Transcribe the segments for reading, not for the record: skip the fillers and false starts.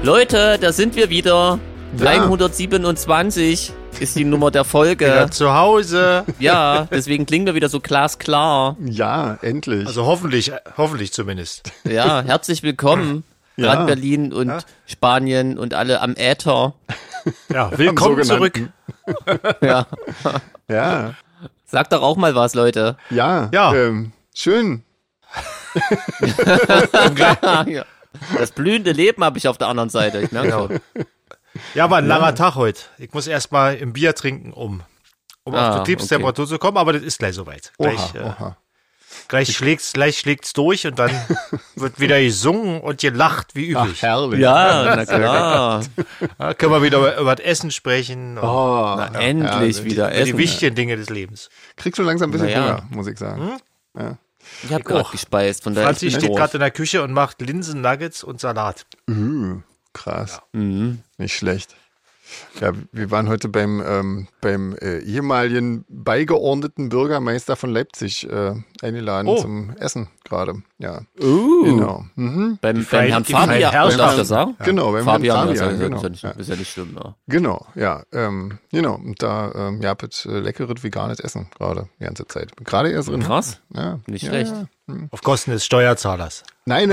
Leute, da sind wir wieder. Ja. 127 ist die Nummer der Folge. Wieder zu Hause. Ja, deswegen klingen wir wieder so glasklar. Ja, endlich. Also hoffentlich zumindest. Ja, herzlich willkommen. Ja. Gran Berlin und Spanien und alle am Äther. Ja, willkommen zurück. Ja. Ja, Sagt doch auch mal was, Leute. ja, Ja. Schön. Ja. Das blühende Leben habe ich auf der anderen Seite. Ich merke schon. Ja, aber ein langer Tag heute. Ich muss erstmal ein Bier trinken, um auf Betriebstemperatur zu kommen, aber das ist gleich soweit. Oha. Gleich schlägt's durch und dann wird wieder gesungen und gelacht wie Ach, üblich. herrlich. Ja, na klar. Ja, können wir wieder über das Essen sprechen. Und Oh, Endlich herrlich. wieder über die essen. wichtigen Dinge des Lebens. Kriegst du langsam ein bisschen Na ja. Hunger, muss ich sagen. Ja. Ich habe gerade gespeist, von daher Franzi ich bin steht durch. gerade in der Küche und macht Linsen, Nuggets und Salat. Krass. Mhm. Nicht schlecht. Ja, wir waren heute beim ehemaligen beigeordneten Bürgermeister von Leipzig eingeladen zum Essen gerade. Ja, genau. Mhm. Beim Fein- Herrn die feinen Fabian, Herrschaften. darf ich das sagen? Genau, beim Fabian, Herrn ja, Fabian, ist, genau. ist ja nicht schlimm. Ja. Genau, ja. Genau. Und da habt ihr leckeres veganes Essen gerade die ganze Zeit. Bin gerade erst drin. Krass, Ja. nicht Ja, schlecht. Ja. Auf Kosten des Steuerzahlers. Nein.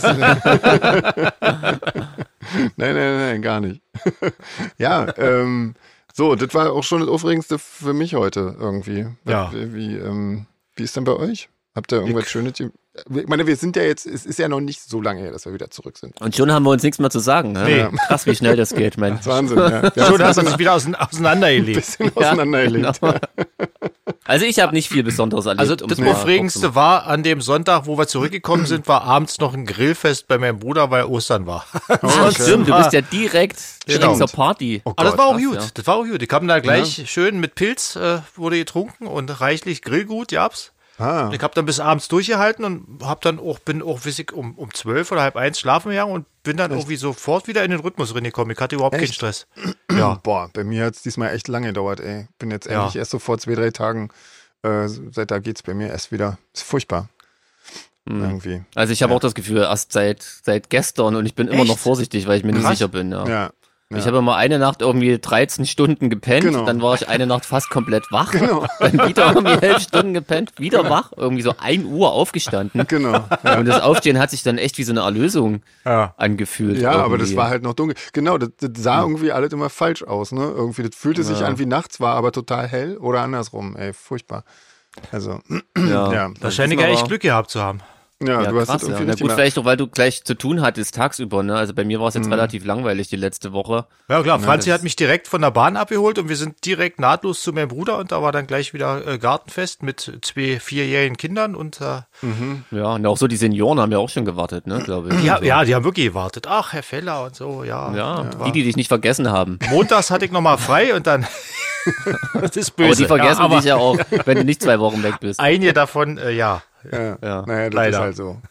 Nein, gar nicht. Ja, so, das war auch schon das Aufregendste für mich heute irgendwie. Ja. Wie ist denn bei euch? Habt ihr irgendwas Schönes? Ich meine, wir sind ja jetzt, es ist ja noch nicht so lange her, dass wir wieder zurück sind. Und schon haben wir uns nichts mehr zu sagen. Ne? Nee. Krass, wie schnell das geht, Mensch. Das ist Wahnsinn, ja. Wir Schon haben hast du uns dich wieder ein auseinandergelegt. bisschen auseinandergelegt. Genau. Also ich habe nicht viel Besonderes erlebt. Also um's das mal Aufregendste war, an dem Sonntag, wo wir zurückgekommen sind, war abends noch ein Grillfest bei meinem Bruder, weil Ostern war. Stimmt, du bist ja direkt Genau. zur Party. Oh Aber das war auch krass, gut. ja. Das war auch gut. Die kamen da gleich schön mit Pilz, wurde getrunken und reichlich Grillgut gab's. Ah, Ich habe dann bis abends durchgehalten und bin auch um 12 oder halb 1 schlafen gegangen und bin dann irgendwie sofort wieder in den Rhythmus reingekommen. Ich hatte überhaupt keinen Echt? Stress. boah, bei mir hat es diesmal echt lange gedauert, ey. Bin jetzt endlich erst so vor 2-3 Tagen, seit da geht's bei mir erst wieder. Ist furchtbar. Irgendwie. Also ich habe auch das Gefühl, erst seit gestern und ich bin immer Echt? noch vorsichtig, weil ich mir nicht Krass. sicher bin. Ja. Ja. Ich habe mal eine Nacht irgendwie 13 Stunden gepennt, Genau. dann war ich eine Nacht fast komplett wach, Genau. dann wieder irgendwie 11 Stunden gepennt, wieder wach, irgendwie so 1 Uhr aufgestanden. Genau. Ja. Und das Aufstehen hat sich dann echt wie so eine Erlösung Ja. angefühlt. Ja, aber das irgendwie. war halt noch dunkel. Genau, das sah irgendwie alles immer falsch aus, ne? Irgendwie, das fühlte sich an wie nachts, war aber total hell oder andersrum, ey, furchtbar. Also, ja. Das scheint ist ja echt aber- Glück gehabt zu haben. Ja, Ja, du hast krass, das ja. irgendwie Na richtig gut, vielleicht auch, weil du gleich zu tun hattest tagsüber, ne? Also bei mir war es jetzt relativ langweilig die letzte Woche. Ja klar, Franzi das- hat mich direkt von der Bahn abgeholt und wir sind direkt nahtlos zu meinem Bruder und da war dann gleich wieder Gartenfest mit 2 4-jährigen Kindern und Ja, und auch so die Senioren haben ja auch schon gewartet, ne, glaube ich. die haben wirklich gewartet. Ach, Herr Feller und so, Ja, die dich nicht vergessen haben. Montags hatte ich nochmal frei und dann das ist böse. Aber die vergessen aber dich ja auch, wenn du nicht 2 Wochen weg bist. einige davon, ja. Ja. Ja. Naja, das Leider. ist halt so.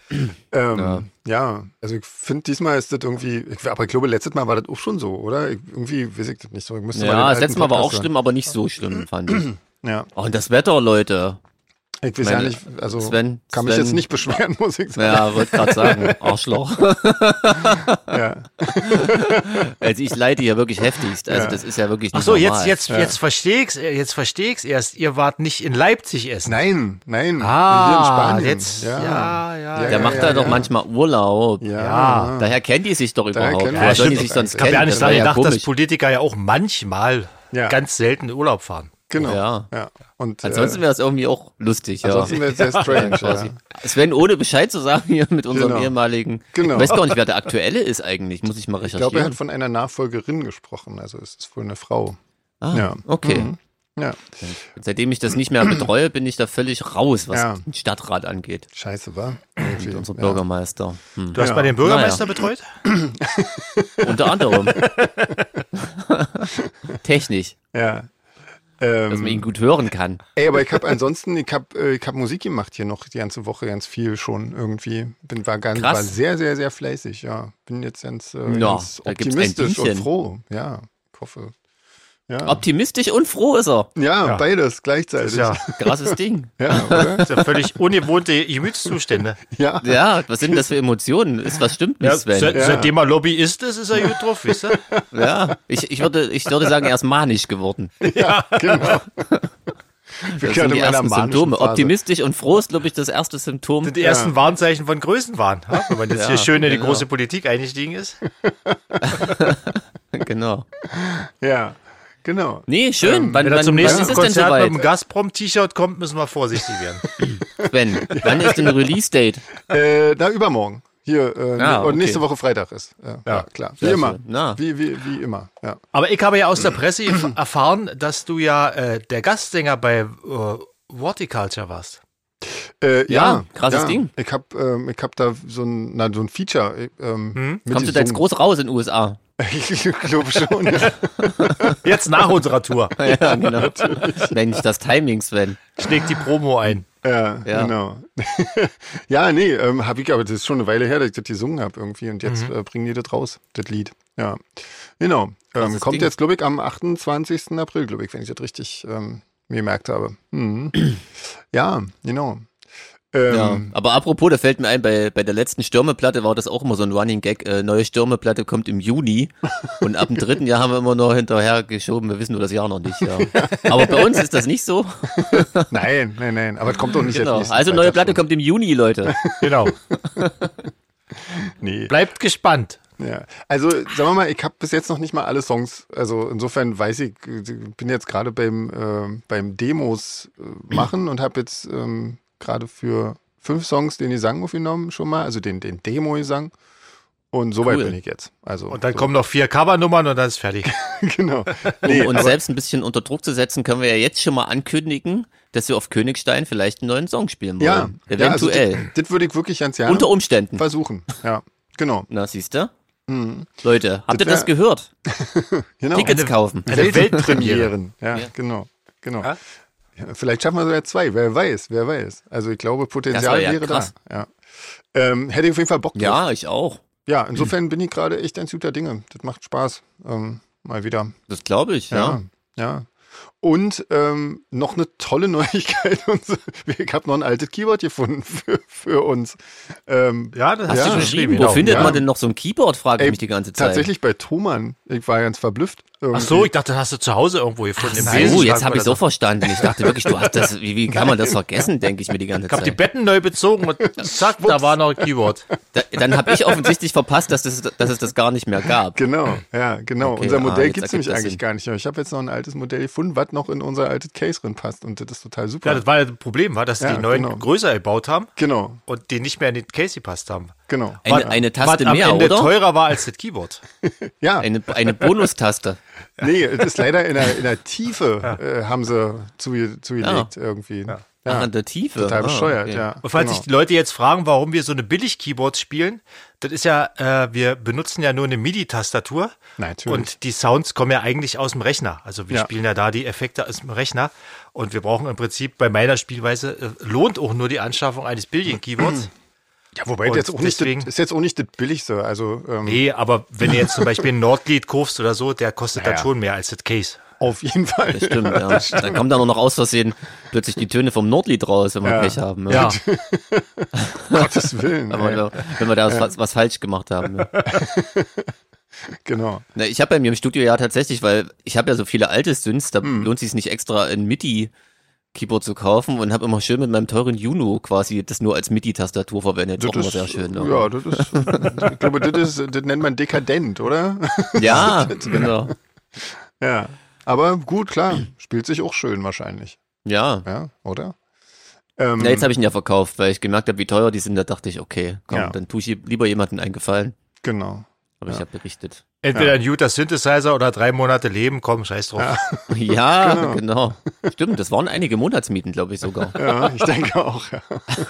Ja. Also ich finde, diesmal ist das irgendwie, aber ich glaube, letztes Mal war das auch schon so, oder? Irgendwie weiß ich das nicht so. Ich müsste mal den Ja, das alten letzte Mal war auch Podcast schlimm, aber nicht so schlimm, fand ich. hören. Ja. Oh, und das Wetter, Leute. Ich weiß Meine- ja nicht, also Sven- kann mich Sven- jetzt nicht beschweren, muss ich sagen. Ja, wollte gerade sagen, Arschloch. Ja. Also ich leide hier wirklich heftigst. Also das ist ja wirklich nicht Ach so, normal. jetzt verstehe ich's erst. Ihr wart nicht in Leipzig essen. Nein, hier in Ah, Spanien. jetzt, ja. Der macht da doch manchmal Urlaub. Ja. Daher kennen die sich doch überhaupt. kennen Woher die sollen die sich sich doch sonst Ich habe kennen? ja nicht Das daran wäre gedacht, dass komisch. Politiker ja auch manchmal Ja. ganz selten in Urlaub fahren. Genau. Ja. Und, Ansonsten wäre es irgendwie auch lustig, ja. ansonsten wäre es sehr strange. Quasi. Ja. Sven, ohne Bescheid zu sagen hier mit unserem Genau. ehemaligen. Genau. Ich weiß gar nicht, wer der aktuelle ist eigentlich. Muss ich mal Ich glaube, er recherchieren. hat von einer Nachfolgerin gesprochen, also es ist wohl eine Frau. Ah, Ja. okay. Ja, Seitdem ich das nicht mehr betreue, bin ich da völlig raus, was Ja. den Stadtrat angeht. scheiße, war. Und unser Bürgermeister. Du hast Ja. mal den Bürgermeister betreut? Unter anderem. Technisch, Ja. dass man ihn gut hören kann. Ey, aber ich habe ansonsten, ich hab Musik gemacht hier noch die ganze Woche, ganz viel schon irgendwie. Krass. War sehr, sehr, sehr fleißig, ja. Bin jetzt ganz Ja, da gibt's ein optimistisch und Bienchen. froh. Ja, ich hoffe, Ja. Optimistisch und froh ist er. Ja, beides gleichzeitig. Ja, Krasses Ding. Ja, oder? das ist ja völlig ungewohnte Gemütszustände. Ja. Ja, was sind das für Emotionen? Was stimmt nicht, Ja, Sven? seitdem er Lobbyist ist er gut drauf, wisst ihr? Ja, ich würde sagen, er ist manisch geworden. Ja, genau. Das sind die ersten Symptome. Optimistisch und froh ist, glaube ich, das erste Symptom. sind die ersten Warnzeichen von Größenwahn. Ja? Wenn man jetzt hier schön in die genau. große Politik eingestiegen ist. Genau. Ja, genau. Nee, schön. Wenn er zum nächsten ist es denn Konzert mit soweit? dem Gazprom-T-Shirt kommt, müssen wir vorsichtig werden. Sven, wann ist denn Release-Date? Übermorgen. Hier, okay. und nächste Woche Freitag ist. Ja, klar. Wie Sehr immer. schön. Na. Wie immer. Ja. Aber ich habe ja aus der Presse erfahren, dass du ja der Gastsänger bei Horticulture warst. Ja, krasses Ding. Ich hab da so ein Feature. Kommst du da jetzt groß raus in den USA? Ich glaube schon, ja. Jetzt nach unserer Tour. Ja, genau. Mensch, das Timing, Sven. Schlägt die Promo ein. Ja, Ja. genau. Ja, nee, habe ich, aber das ist schon eine Weile her, dass ich das gesungen habe irgendwie und jetzt bringen die das raus, das Lied. Ja, genau. Krasses Kommt Ding. jetzt, glaube ich, am 28. April, glaube ich, wenn ich das richtig mir gemerkt habe. Mhm. Ja, genau. Ja, aber apropos, da fällt mir ein, bei der letzten Stürmeplatte war das auch immer so ein Running Gag. Neue Stürmeplatte kommt im Juni und ab dem 3. Jahr haben wir immer noch hinterher geschoben. Wir wissen nur das Jahr noch nicht. Ja. Aber bei uns ist das nicht so. Nein, aber es kommt doch nicht Genau. jetzt nächsten Also neue Freitag Platte schon. kommt im Juni, Leute. Genau. Nee. Bleibt gespannt. Ja, also sagen wir mal, ich habe bis jetzt noch nicht mal alle Songs, also insofern weiß ich, bin jetzt gerade beim Demos machen und habe jetzt gerade für 5 Songs den Gesang aufgenommen schon mal, also den Demo-Gesang und soweit Cool. bin ich jetzt. Also, Und dann kommen noch 4 Covernummern und dann ist fertig. genau. Um Nee, uns aber, selbst ein bisschen unter Druck zu setzen, können wir ja jetzt schon mal ankündigen, dass wir auf Königstein vielleicht einen neuen Song spielen wollen. ja, Eventuell. Also, das würde ich wirklich ganz gerne Unter Umständen. versuchen. Ja, genau. Na, siehst du? Leute, habt ihr Das das gehört? Genau. Tickets kaufen. Eine Weltpremiere. Weltpremieren. Ja, genau. Ja? Ja, vielleicht schaffen wir sogar 2, wer weiß. Also ich glaube, Potenzial Das wär ja wäre krass. da. Ja. Hätte ich auf jeden Fall Bock drauf. Ja, ich auch. Ja, insofern bin ich gerade echt ein guter Dinge. Das macht Spaß. Mal wieder. Das glaube ich, ja. Ja. Und noch eine tolle Neuigkeit. Ich habe noch ein altes Keyboard gefunden für uns. Ja, das hast Ja. du schon geschrieben. genau. Wo findet ja. man denn noch so ein Keyboard, frage ich Ey, mich die ganze Zeit. Tatsächlich bei Thomann. Ich war ganz verblüfft. Ach so, ich dachte, das hast du zu Hause irgendwo gefunden. Im So, Besenschrank jetzt habe oder ich so verstanden. Ich dachte wirklich, du hast das, wie kann man das vergessen, denke ich mir die ganze Ich habe die Zeit. Betten neu bezogen und zack, da war noch ein Keyboard. Dann habe ich offensichtlich verpasst, dass es das gar nicht mehr gab. Genau, ja, genau. Okay, unser Modell jetzt gibt es ergibt nämlich das eigentlich Sinn. gar nicht mehr. Ich habe jetzt noch ein altes Modell gefunden, was noch in unser altes Case drin passt. Und das ist total super. Ja, das war ja das Problem, dass Ja, die neuen genau. größer gebaut haben Genau, und die nicht mehr in den Case gepasst haben. genau. Eine Taste Was am mehr, Ende oder? teurer war als das Keyboard. Ja, Eine Bonustaste. nee, es ist leider in der Tiefe haben sie zugelegt irgendwie. Ja. Ach, in der Tiefe. Total bescheuert, okay. ja. Und falls genau. sich die Leute jetzt fragen, warum wir so eine Billig-Keyboards spielen, das ist ja, wir benutzen ja nur eine MIDI-Tastatur. Natürlich. Und die Sounds kommen ja eigentlich aus dem Rechner. Also wir Ja. spielen ja da die Effekte aus dem Rechner. Und wir brauchen im Prinzip bei meiner Spielweise, lohnt auch nur die Anschaffung eines Billigen-Keyboards. Ja, wobei Und jetzt auch nicht deswegen- das, ist jetzt auch nicht das Billigste. Also Nee, aber wenn du jetzt zum Beispiel ein Nordlied kaufst oder so, der kostet Naja. dann schon mehr als das Case. auf jeden Fall. Das stimmt, ja. Dann kommen da nur noch aus Versehen plötzlich die Töne vom Nordlied raus, wenn wir Ja. Pech haben. Ja, Gottes Willen. Aber ey. wenn wir da was falsch gemacht haben. Ja. Genau. Na, ich habe bei mir im Studio ja tatsächlich, weil ich habe ja so viele alte Synths, da lohnt es sich nicht extra ein MIDI-Keyboard zu kaufen und habe immer schön mit meinem teuren Juno quasi das nur als MIDI-Tastatur verwendet. Das ist auch immer sehr schön. Ne? Ja, das ist, ich glaube, das nennt man dekadent, oder? Ja, genau. Ja. Aber gut, klar, spielt sich auch schön wahrscheinlich. Ja. Ja, oder? Ja, jetzt habe ich ihn ja verkauft, weil ich gemerkt habe, wie teuer die sind. Da dachte ich, okay, komm, Ja. dann tue ich lieber jemandem einen Gefallen. Genau. Aber ich habe berichtet. entweder ein guter Synthesizer oder 3 Monate Leben, komm, scheiß drauf. Ja, genau. Stimmt, das waren einige Monatsmieten, glaube ich sogar. Ja, ich denke auch. Ja.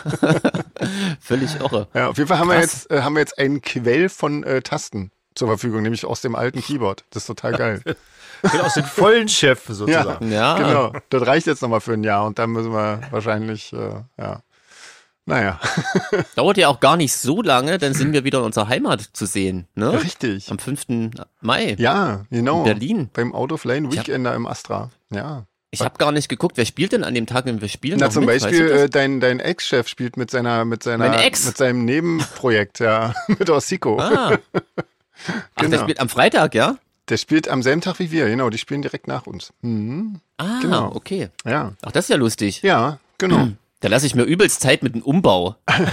Völlig irre. Ja, auf jeden Fall haben Krass. wir jetzt einen Quell von Tasten zur Verfügung, nämlich aus dem alten Keyboard. Das ist total geil. Ich bin aus den vollen Schöpfen sozusagen. Ja, Genau. Das reicht jetzt nochmal für ein Jahr und dann müssen wir wahrscheinlich, Naja. Dauert ja auch gar nicht so lange, dann sind wir wieder in unserer Heimat zu sehen. Ne? Richtig. Am 5. Mai. Ja, genau. In Berlin. Beim Out of Lane Weekender im Astra. Ja. Ich habe gar nicht geguckt, wer spielt denn an dem Tag, wenn wir spielen? Na, zum mit? Beispiel dein Ex-Chef spielt mit seinem Nebenprojekt, ja, mit Ossiko. Ah. Ach, der spielt am Freitag, ja? Der spielt am selben Tag wie wir, genau. Die spielen direkt nach uns. Mhm. Ah, Genau. okay. Ja. Ach, das ist ja lustig. Ja, genau. Da lasse ich mir übelst Zeit mit dem Umbau.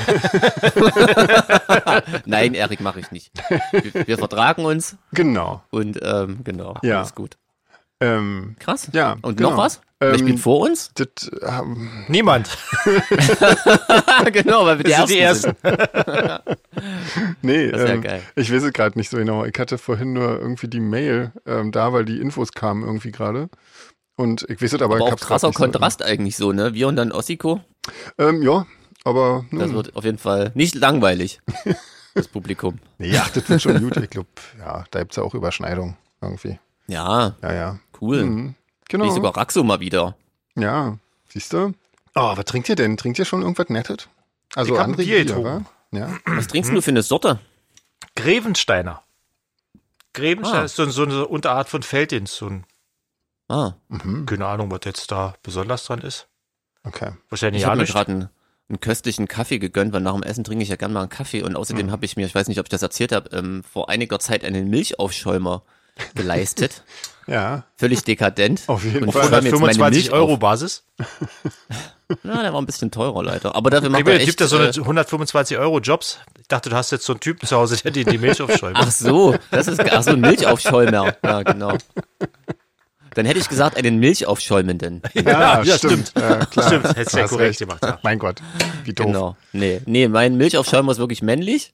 Nein, Erik, mache ich nicht. Wir vertragen uns Genau. und genau, Ja. alles gut. Krass. Ja. Und genau. noch was? Wer spielt vor uns? Das, Niemand. Genau, weil wir die Ersten sind. nee, Das ist ja geil. ich weiß es gerade nicht so genau. Ich hatte vorhin nur irgendwie die Mail da, weil die Infos kamen irgendwie gerade. Und ich weiß es aber, Aber ich auch hab's grad krasser nicht Kontrast eigentlich so, ne? Wir und dann Ossiko. Ja, aber Das wird auf jeden Fall nicht langweilig, das Publikum. nee, ach, das wird schon gut. Ich glaube, ja, da gibt's ja auch Überschneidung irgendwie. Ja, Ja. cool. Mhm. Genau. Wie sogar Raxo mal wieder. Ja, siehst du? Oh, was trinkt ihr denn? Trinkt ihr schon irgendwas Nettes? Also Ich hab ein andere Bier Bier, getrunken. wa? Ja. Was trinkst du für eine Sorte? Grevensteiner. Grevensteiner Ah. ist so eine Unterart von Feldins. So ein, Ah, keine Ahnung, was jetzt da besonders dran ist. Okay. Wahrscheinlich ich ja habe mir nicht. gerade einen köstlichen Kaffee gegönnt, weil nach dem Essen trinke ich ja gerne mal einen Kaffee und außerdem habe ich mir, ich weiß nicht, ob ich das erzählt habe, vor einiger Zeit einen Milchaufschäumer geleistet. Ja, Völlig dekadent. auf jeden Und Fall. ich schäume jetzt meine 125 Milch Euro auf. Basis. Ja, der war ein bisschen teurer leider. Aber dafür macht Der er Typ, echt... der so eine 125 Euro Jobs. Ich dachte, du hast jetzt so einen Typen zu Hause, der dir die Milch aufschäumt. Ach so, ein Milchaufschäumer. Ja, genau. Dann hätte ich gesagt, einen Milchaufschäumenden. Ja, Ja, stimmt. Ja, klar. Stimmt, hättest du ja Hast korrekt recht. gemacht, ja. Mein Gott, wie doof. Genau. Nee, mein Milchaufschäumer ist wirklich männlich.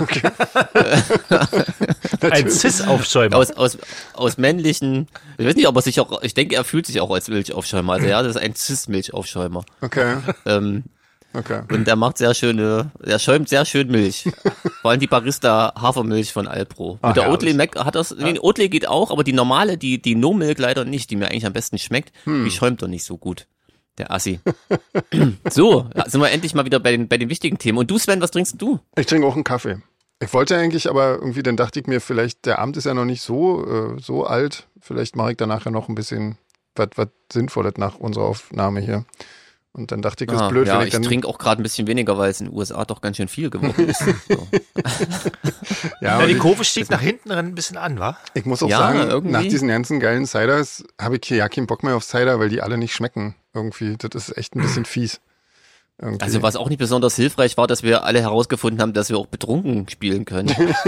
Ein Cis-Aufschäumer. Aus männlichen, ich weiß nicht, ob er sich auch, ich denke, er fühlt sich auch als Milchaufschäumer. Also ja, das ist ein Cis-Milchaufschäumer. Okay, Ähm, okay. und er schäumt sehr schön Milch. Vor allem die Barista Hafermilch von Alpro. Ah, Mit der herrlich. Oatly Mac hat das, nee, Oatly geht auch, aber die normale, die No Milk leider nicht, die mir eigentlich am besten schmeckt, die schäumt doch nicht so gut. Der Assi. So, ja, sind wir endlich mal wieder bei den wichtigen Themen. Und du, Sven, was trinkst du? Ich trinke auch einen Kaffee. Ich wollte eigentlich, aber irgendwie, dann dachte ich mir, vielleicht, der Abend ist ja noch nicht so alt. Vielleicht mache ich danach ja noch ein bisschen was Sinnvolles nach unserer Aufnahme hier. Und dann dachte ich, das ist blöd, ja, wenn ich dann. trinke auch gerade ein bisschen weniger, weil es in den USA doch ganz schön viel geworden ist. So. Ja, Ja, und die Kurve stieg nach hinten ein bisschen an, wa? ich muss auch Ja, sagen, irgendwie. nach diesen ganzen geilen Ciders habe ich hier ja keinen Bock mehr auf Cider, weil die alle nicht schmecken. Irgendwie, das ist echt ein bisschen fies. Irgendwie. Also was auch nicht besonders hilfreich war, dass wir alle herausgefunden haben, dass wir auch betrunken spielen können.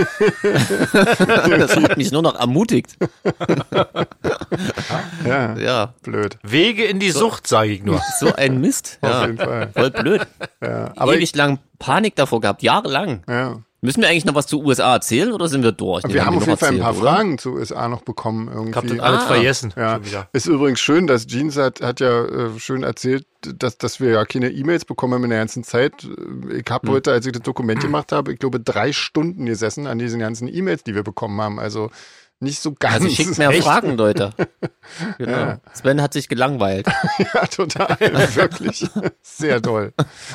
Das hat mich nur noch ermutigt. ja, Ja, blöd. Wege in die Sucht, sage ich nur. so ein Mist. Auf Ja, jeden Fall. voll blöd. Ja. Aber Ewig lang Panik davor gehabt, jahrelang. ja. Müssen wir eigentlich noch was zu USA erzählen oder sind wir durch? Nee, Wir haben wir auf noch jeden Fall ein paar erzählt, oder? Fragen zu USA noch bekommen irgendwie. Ich hab das alles vergessen. Ja, Schon wieder. ist übrigens schön, dass Jeans hat ja schön erzählt, dass wir ja keine E-Mails bekommen haben in der ganzen Zeit. Ich habe heute, als ich das Dokument gemacht habe, ich glaube 3 Stunden gesessen an diesen ganzen E-Mails, die wir bekommen haben. Also nicht so ganz. Also schickt mehr Echt? Fragen, Leute. Genau. Ja. Sven hat sich gelangweilt. Ja, total. Wirklich. Sehr toll.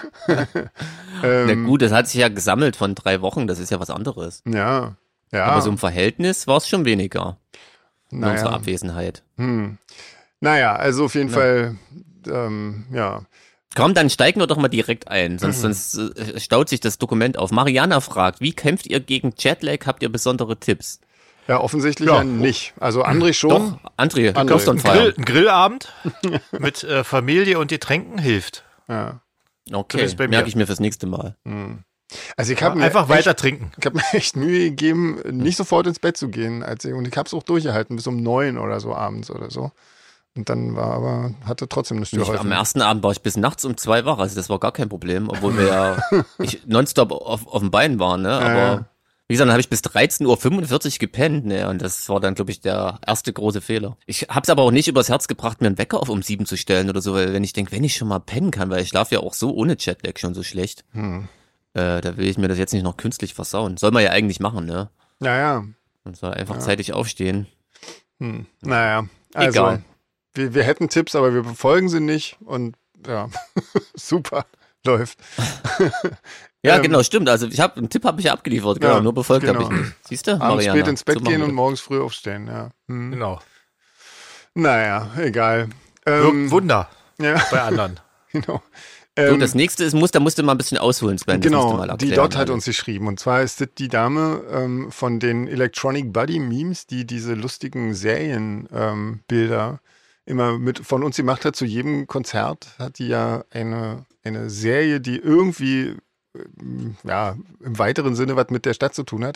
Na gut, das hat sich ja gesammelt von 3 Wochen, das ist ja was anderes. Ja. Ja. Aber so im Verhältnis war es schon weniger in unserer naja. Abwesenheit. Naja, also auf jeden Fall, ja. Komm, dann steigen wir doch mal direkt ein, sonst staut sich das Dokument auf. Mariana fragt, wie kämpft ihr gegen Jetlag? Habt ihr besondere Tipps? Ja, offensichtlich Ja. ja nicht. Also André schon. Doch, André, du André. kommst on fire. Ein Grillabend mit Familie und Getränken hilft. Ja. Okay, Zumindest bei mir. merke ich mir fürs nächste Mal. Also ich habe mir Einfach echt, weiter trinken. ich habe mir echt Mühe gegeben, nicht sofort ins Bett zu gehen, und ich habe es auch durchgehalten bis um 9 oder so abends oder so. Und dann hatte trotzdem eine Am geholfen. ersten Abend war ich bis nachts um 2 wach, also das war gar kein Problem, obwohl wir ja nonstop auf dem Bein waren, ne? Aber ja. wie gesagt, dann habe ich bis 13:45 Uhr gepennt, ne? Und das war dann, glaube ich, der erste große Fehler. Ich habe es aber auch nicht übers Herz gebracht, mir einen Wecker auf um 7 zu stellen oder so, weil wenn ich denke, wenn ich schon mal pennen kann, weil ich schlafe ja auch so ohne Jetlag schon so schlecht, da will ich mir das jetzt nicht noch künstlich versauen. Soll man ja eigentlich machen, ne? Naja, Man soll einfach zeitig aufstehen. naja. Also, Egal. wir hätten Tipps, aber wir befolgen sie nicht und ja, super. läuft. Ja, genau, stimmt. Also einen Tipp habe ich ja abgeliefert, genau, nur befolgt habe ich nicht. Siehst du, Abends Mariana? spät ins Bett So gehen machen und wir morgens früh aufstehen, ja. Genau. Naja, egal. Wirkt Wunder Ja, bei anderen. genau. So, das nächste ist, da musst du mal ein bisschen ausholen, Sven. Das musst du Genau, mal die erklären, Dot hat uns geschrieben. Und zwar ist das die Dame von den Electronic Buddy Memes, die diese lustigen Serienbilder immer von uns gemacht hat. Zu jedem Konzert hat die ja eine Serie, die irgendwie ja, im weiteren Sinne was mit der Stadt zu tun hat.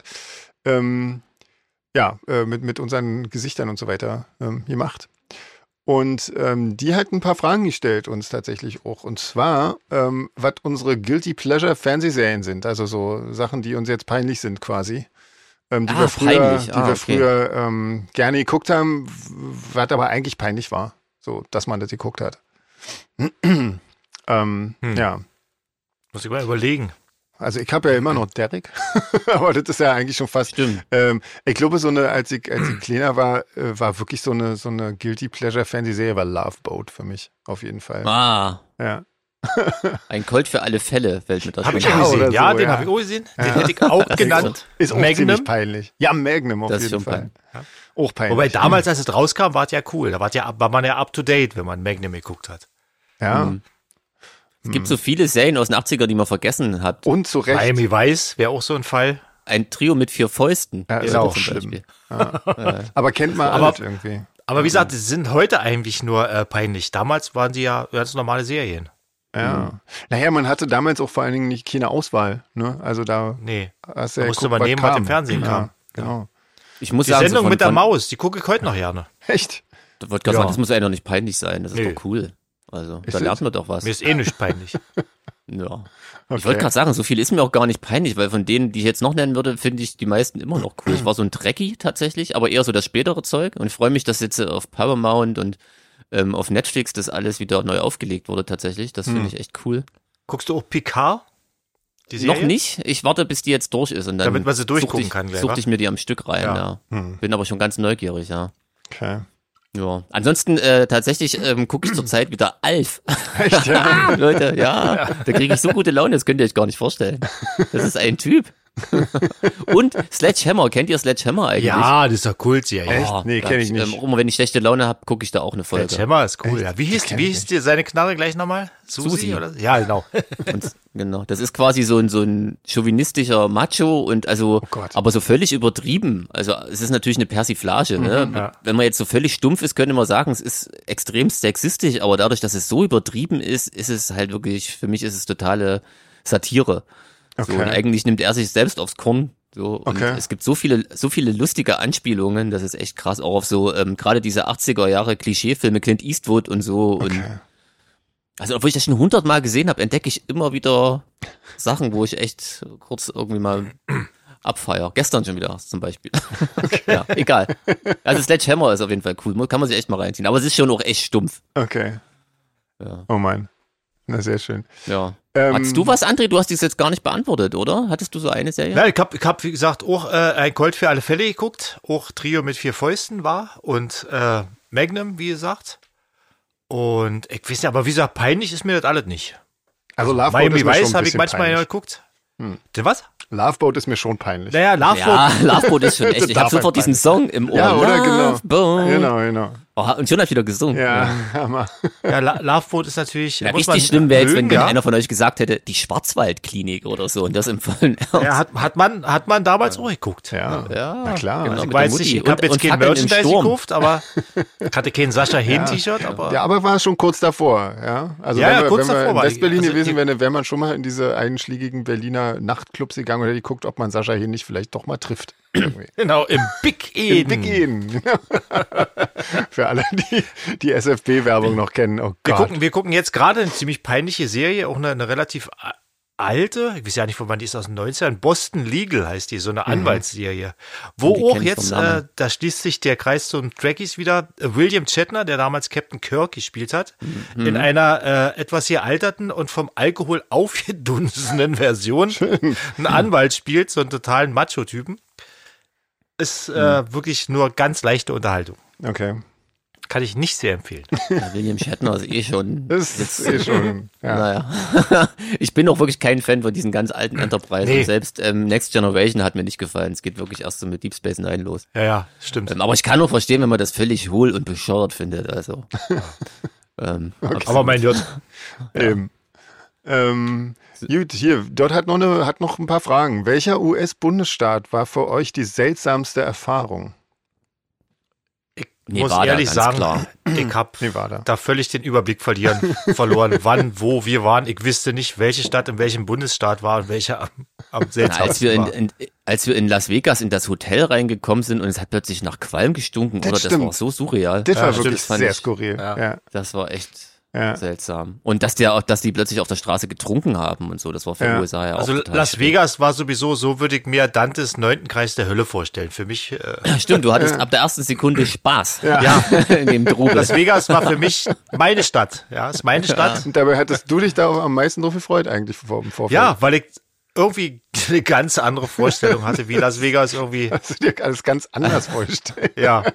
Mit unseren Gesichtern und so weiter gemacht. Und die hat ein paar Fragen gestellt uns tatsächlich auch. Und zwar, was unsere Guilty Pleasure Fernsehserien sind. Also so Sachen, die uns jetzt peinlich sind quasi. Die wir früher gerne geguckt haben, was aber eigentlich peinlich war. So, dass man das geguckt hat. Ja. Muss ich mal überlegen. Also ich habe ja immer noch Derek, aber das ist ja eigentlich schon fast. Stimmt. Ich glaube, als ich kleiner war, war wirklich so eine Guilty Pleasure Fernsehserie, war Love Boat für mich, auf jeden Fall. Ah, Ja. ein Colt für alle Fälle fällt mir das Habe ich schon auch ein. gesehen. oder Ja, so, den ja. habe ich auch gesehen. Den hätte ich auch genannt. Ist auch ziemlich peinlich. Ja, Magnum auf Das ist jeden schon Fall. peinlich. Auch peinlich. Wobei damals, als es rauskam, war es ja cool. Da war man ja up to date, wenn man Magnum geguckt hat. Ja. Es gibt so viele Serien aus den 80er, die man vergessen hat. Und zu Recht. Miami Vice wäre auch so ein Fall. Ein Trio mit 4 Fäusten. Ja, ist Oder auch zum schlimm. Beispiel. Aber kennt man Aber- alles irgendwie. Aber wie gesagt, die sind heute eigentlich nur peinlich. Damals waren die ja ganz normale Serien. Ja. Naja, man hatte damals auch vor allen Dingen nicht keine Auswahl. Ne? Also da Nee. hast du Da ja musste geguckt, man nehmen, was kam. im Fernsehen ja, kam. Genau. Ich muss Die sagen, Sendung so mit der Maus, die gucke ich heute noch gerne. Echt? Ich wollte gerade Ja. sagen, das muss ja noch nicht peinlich sein. Das ist Nee. doch cool. Also, Ist da es? lernt man doch was. Mir ist eh nicht peinlich. Ja. Okay. Ich wollte gerade sagen, so viel ist mir auch gar nicht peinlich, weil von denen, die ich jetzt noch nennen würde, finde ich die meisten immer noch cool. Ich war so ein Trekkie tatsächlich, aber eher so das spätere Zeug und ich freue mich, dass jetzt auf Paramount und auf Netflix das alles wieder neu aufgelegt wurde tatsächlich. Das finde ich echt cool. Guckst du auch Picard? Die Serie? Noch nicht. Ich warte, bis die jetzt durch ist und dann Damit man sie durchgucken suchte kann, gleich, suchte wa? ich mir die am Stück rein, Ja. ja. Bin aber schon ganz neugierig, ja. Okay. Ja. Ansonsten tatsächlich gucke ich zurzeit wieder Alf. Echt, ja? Leute, ja, da kriege ich so gute Laune, das könnt ihr euch gar nicht vorstellen. Das ist ein Typ. Und Sledgehammer, kennt ihr Sledgehammer eigentlich? Ja, das ist ja Kultserie. Echt? Nee, da kenn hab ich nicht. Immer wenn ich schlechte Laune habe, gucke ich da auch eine Folge. Sledgehammer ist cool. Echt? Ja. Wie Das kenn ich hieß dir seine Knarre gleich nochmal? Susi. Oder? Ja, genau. Und, genau, das ist quasi so ein chauvinistischer Macho und also, Gott. aber so völlig übertrieben. Also es ist natürlich eine Persiflage. Ne? ja. Wenn man jetzt so völlig stumpf ist, könnte man sagen, es ist extrem sexistisch, aber dadurch, dass es so übertrieben ist, ist es halt wirklich, für mich ist es totale Satire. So, Okay. und eigentlich nimmt er sich selbst aufs Korn. So, und Okay. es gibt so viele lustige Anspielungen, das ist echt krass, auch auf so gerade diese 80er Jahre Klischeefilme, Clint Eastwood und so. Und Okay. also obwohl ich das schon 100-mal gesehen habe, entdecke ich immer wieder Sachen, wo ich echt kurz irgendwie mal abfeier. Gestern schon wieder zum Beispiel. Ja, egal. Also Sledgehammer ist auf jeden Fall cool, kann man sich echt mal reinziehen. Aber es ist schon auch echt stumpf. Okay. Ja. Oh Mann. Na, sehr schön. Ja. Hattest du was, André? Du hast dies jetzt gar nicht beantwortet, oder? Hattest du so eine Serie? Ja, ich hab wie gesagt, auch ein Colt für alle Fälle geguckt. Auch Trio mit 4 Fäusten war. Und Magnum, wie gesagt. Und ich weiß nicht, aber wie gesagt, peinlich ist mir das alles nicht. Also Love Boat Miami ist mir schon Vice ein habe ich bisschen manchmal peinlich. geguckt. Der was? Love Boat ist mir schon peinlich. Naja, Love Ja, Boat. Love Boat ist schon echt. Ich Darf habe sofort halt diesen Song im Ohr. Ja, oder? Genau. Love Boat. Genau. Oh, und schon hat wieder gesungen. Ja, Hammer. Ja, Love Boat ist natürlich. Ja, muss man richtig schlimm wäre jetzt, wenn mögen, ja. einer von euch gesagt hätte, die Schwarzwaldklinik oder so und das im vollen Ernst. Ja, hat man damals auch geguckt. Ja, Ja, na klar. genau. Ich mit weiß der nicht, Mutti. ich habe Und- jetzt und kein Fackeln im Merchandise Sturm. gekauft, aber ich hatte kein Sascha Hehn-T-Shirt, aber Ja, aber war schon kurz davor, ja. Also Ja, wenn ja, wir, kurz wenn wir davor in war West-Berlin also gewesen wären, wäre man schon mal in diese einschlägigen Berliner Nachtclubs gegangen und hätte geguckt, ob man Sascha hier nicht vielleicht doch mal trifft. Irgendwie. genau, im Big Eden. Big Eden. Für alle, die SFB-Werbung noch kennen. Oh Gott. Wir gucken jetzt gerade eine ziemlich peinliche Serie, auch eine relativ alte, ich weiß ja nicht, von wann die ist, aus den 90ern, Boston Legal heißt die, so eine Anwaltsserie. Wo Die auch kenn ich jetzt, vom Namen. da schließt sich der Kreis zum Trekkies wieder, William Shatner, der damals Captain Kirk gespielt hat, in einer etwas hier alterten und vom Alkohol aufgedunsenen Version einen Anwalt spielt, so einen totalen Macho-Typen. Ist wirklich nur ganz leichte Unterhaltung. Okay. Kann ich nicht sehr empfehlen. Ja, William Shatner ist eh schon. Das ist eh schon. Ja. Naja. Ich bin auch wirklich kein Fan von diesen ganz alten Enterprise. Nee. Und selbst Next Generation hat mir nicht gefallen. Es geht wirklich erst so mit Deep Space Nine los. Ja, stimmt. Aber ich kann auch verstehen, wenn man das völlig hohl und bescheuert findet. Also. Okay. Aber mein Gott. Gut, hier, dort hat noch ein paar Fragen. Welcher US-Bundesstaat war für euch die seltsamste Erfahrung? Ich muss ehrlich sagen, klar. ich habe Nevada. da völlig den Überblick verloren, wann, wo wir waren. Ich wüsste nicht, welche Stadt in welchem Bundesstaat war und welcher am seltsamsten war. Als wir in Las Vegas in das Hotel reingekommen sind und es hat plötzlich nach Qualm gestunken, Das das war so surreal. Das war stimmt, wirklich fand sehr ich- skurril. Ja. Ja. Das war echt Ja. seltsam. Und dass die plötzlich auf der Straße getrunken haben und so, das war für Ja. USA ja auch Also total Las schräg. Vegas war sowieso, so würde ich mir Dantes 9. Kreis der Hölle vorstellen. Für mich, Stimmt, du hattest ab der ersten Sekunde Spaß. Ja. In dem Trubel. Las Vegas war für mich meine Stadt. Ja, ist meine Stadt. Und dabei hattest du dich da am meisten drauf gefreut eigentlich im Vorfeld. Ja, weil ich irgendwie eine ganz andere Vorstellung hatte, wie Las Vegas irgendwie, Hast du dir alles ganz anders vorgestellt. ja.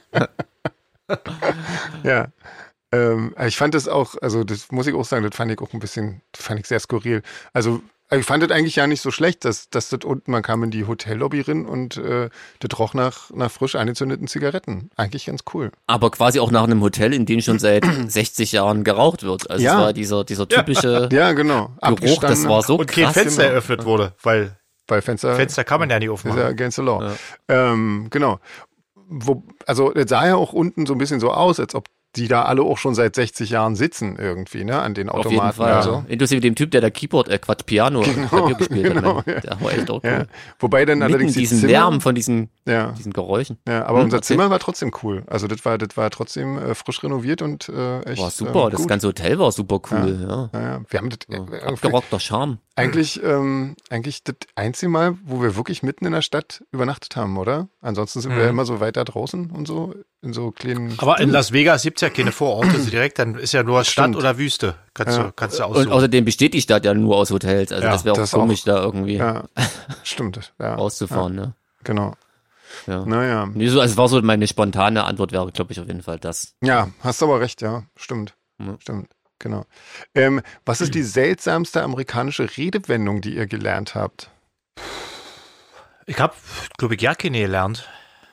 Ja. Ich fand das auch, also das muss ich auch sagen, das fand ich sehr skurril. Also ich fand das eigentlich ja nicht so schlecht, dass das unten, man kam in die Hotellobby rein und das roch nach frisch angezündeten Zigaretten. Eigentlich ganz cool. Aber quasi auch nach einem Hotel, in dem schon seit 60 Jahren geraucht wird. Also Ja. es war dieser typische Ja, genau. Geruch, das war so Und kein krass. Fenster genau. eröffnet wurde, weil Weil Fenster kann man ja nicht ist aufmachen. ja against the law. Genau. Also es sah ja auch unten so ein bisschen so aus, als ob die da alle auch schon seit 60 Jahren sitzen irgendwie, ne, an den Auf Automaten. jeden Fall. Also. Inklusive dem Typ, der da Piano Klavier gespielt hat. Man. Der war echt auch cool. Ja. Wobei dann Mitten allerdings die diesen Zimmer, Lärm von diesen ja, Geräuschen. ja, aber unser erzähl. Zimmer war trotzdem cool. Also das war trotzdem frisch renoviert und echt War super, das gut. ganze Hotel war super cool. Ja. Ja. Wir haben das irgendwie, Abgerockter Charme. eigentlich das einzige Mal, wo wir wirklich mitten in der Stadt übernachtet haben, oder? Ansonsten sind wir immer so weiter draußen und so, in so kleinen... Aber in Las Vegas gibt's ja keine Vororte so direkt, dann ist ja nur Stadt Stimmt. oder Wüste. Kannst du Und aussuchen. außerdem besteht die Stadt ja nur aus Hotels. Also Ja, das wäre auch das komisch, da irgendwie Ja, stimmt. Ja, rauszufahren. Ne? genau. Ja. Naja. Nee, so, also es war so meine spontane Antwort wäre, glaube ich, auf jeden Fall das. Ja, hast aber recht, ja. Stimmt. Ja. Stimmt. Genau. Was ist die seltsamste amerikanische Redewendung, die ihr gelernt habt? Ich habe, glaube ich, ja keine gelernt.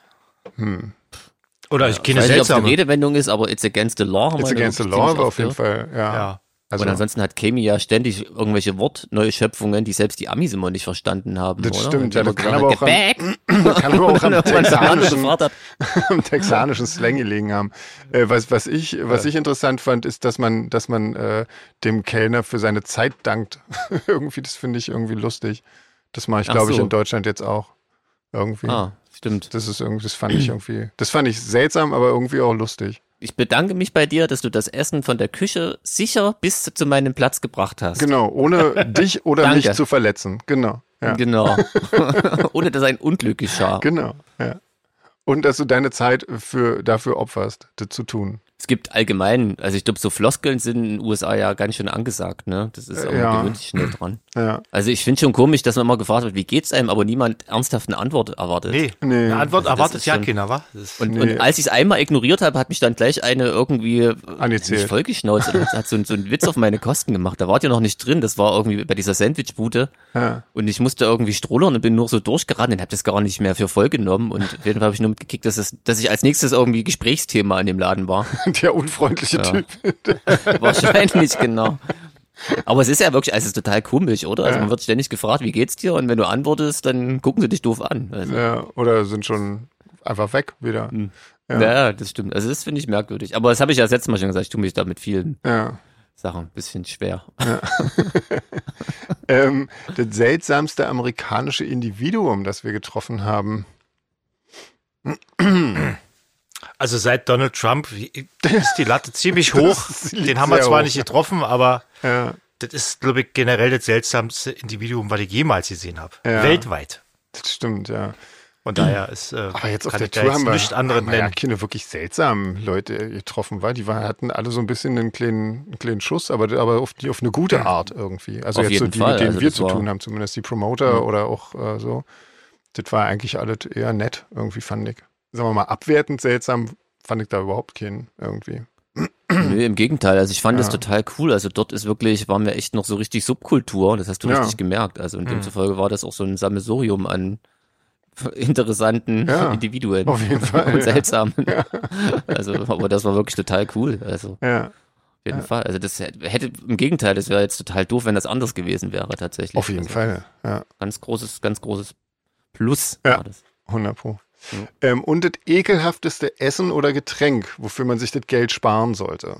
Oder ich Ich keine weiß nicht, ob es eine seltsame. Redewendung ist, aber It's Against the Law haben It's wir against the wirklich law ziemlich war oft auf jeden gehört. Fall, ja. Ja. Also, Und ansonsten hat Kemi ja ständig irgendwelche Wortneuschöpfungen, die selbst die Amis immer nicht verstanden haben, Das oder? stimmt, Und ja, immer das kann gesagt aber hat, auch am- "Gebäck!" kann aber auch am Und dann der andere texanischen, gefragt hat, am texanischen Slang gelegen haben. Was ich interessant fand, ist, dass man dem Kellner für seine Zeit dankt. Irgendwie, das finde ich irgendwie lustig. Das mache ich, Ach glaube ich, so. in Deutschland jetzt auch. Irgendwie. Ah, stimmt. Das fand ich seltsam, aber irgendwie auch lustig. Ich bedanke mich bei dir, dass du das Essen von der Küche sicher bis zu meinem Platz gebracht hast. Genau, ohne dich oder Danke. mich zu verletzen. Genau. Ja. Genau. Ohne dass ein Unglück geschah. Genau, ja. Und dass du deine Zeit dafür opferst, das zu tun. Es gibt allgemein, also ich glaube, so Floskeln sind in den USA ja ganz schön angesagt, ne? Das ist irgendwie Ja. gewöhnt sich schnell dran. Ja. Also ich finde schon komisch, dass man immer gefragt wird, wie geht's einem, aber niemand ernsthaft eine Antwort erwartet. Nee, Nee. eine Antwort Also das erwartet ist ja schon- keiner, wa? Das Und, Nee. und als ich es einmal ignoriert habe, hat mich dann gleich eine irgendwie Angezählt. nicht vollgeschnauzt und hat so einen Witz auf meine Kosten gemacht. Da wart ihr noch nicht drin, das war irgendwie bei dieser Sandwichbude Ja. und ich musste irgendwie strollern und bin nur so durchgerannt und habe das gar nicht mehr für voll genommen und auf jeden Fall habe ich nur mitgekriegt, dass ich als nächstes irgendwie Gesprächsthema in dem Laden war. Der unfreundliche Typ. Wahrscheinlich, genau. Aber es ist ja wirklich, also es ist total komisch, oder? Also Ja. man wird ständig gefragt, wie geht's dir? Und wenn du antwortest, dann gucken sie dich doof an. Also, Ja, oder sind schon einfach weg wieder. ja, das stimmt. Also das finde ich merkwürdig. Aber das habe ich ja das letzte Mal schon gesagt, ich tue mich da mit vielen Ja. Sachen ein bisschen schwer. Das seltsamste amerikanische Individuum, das wir getroffen haben. Also seit Donald Trump ist die Latte ziemlich hoch. liegt Den haben wir sehr zwar hoch. nicht getroffen, aber Ja, das ist, glaube ich, generell das seltsamste Individuum, was ich jemals gesehen habe. Ja. Weltweit. das stimmt, ja. Von daher ist, Aber jetzt auf kann der ich da Tour jetzt haben wir, nichts anderes haben wir ja nennen. keine wirklich seltsamen Leute getroffen, weil die hatten alle so ein bisschen einen kleinen Schuss, aber auf eine gute Art irgendwie. Also Auf jetzt so jeden die, Fall, mit denen also wir das zu war- tun haben, zumindest die Promoter oder auch das war eigentlich alles eher nett, irgendwie fand ich. Sagen wir mal, abwertend seltsam fand ich da überhaupt keinen irgendwie. Nö, im Gegenteil. Also ich fand das total cool. Also dort waren wir echt noch so richtig Subkultur. Das hast du richtig gemerkt. Also und demzufolge war das auch so ein Sammelsurium an interessanten Individuen. Auf jeden Fall. Und seltsamen. Ja. Also, aber das war wirklich total cool. Also. Ja. Auf jeden Fall. Also das hätte, im Gegenteil, das wäre jetzt total doof, wenn das anders gewesen wäre tatsächlich. Auf jeden Fall, ja. Ganz großes Plus war das. 100%. Und das ekelhafteste Essen oder Getränk, wofür man sich das Geld sparen sollte.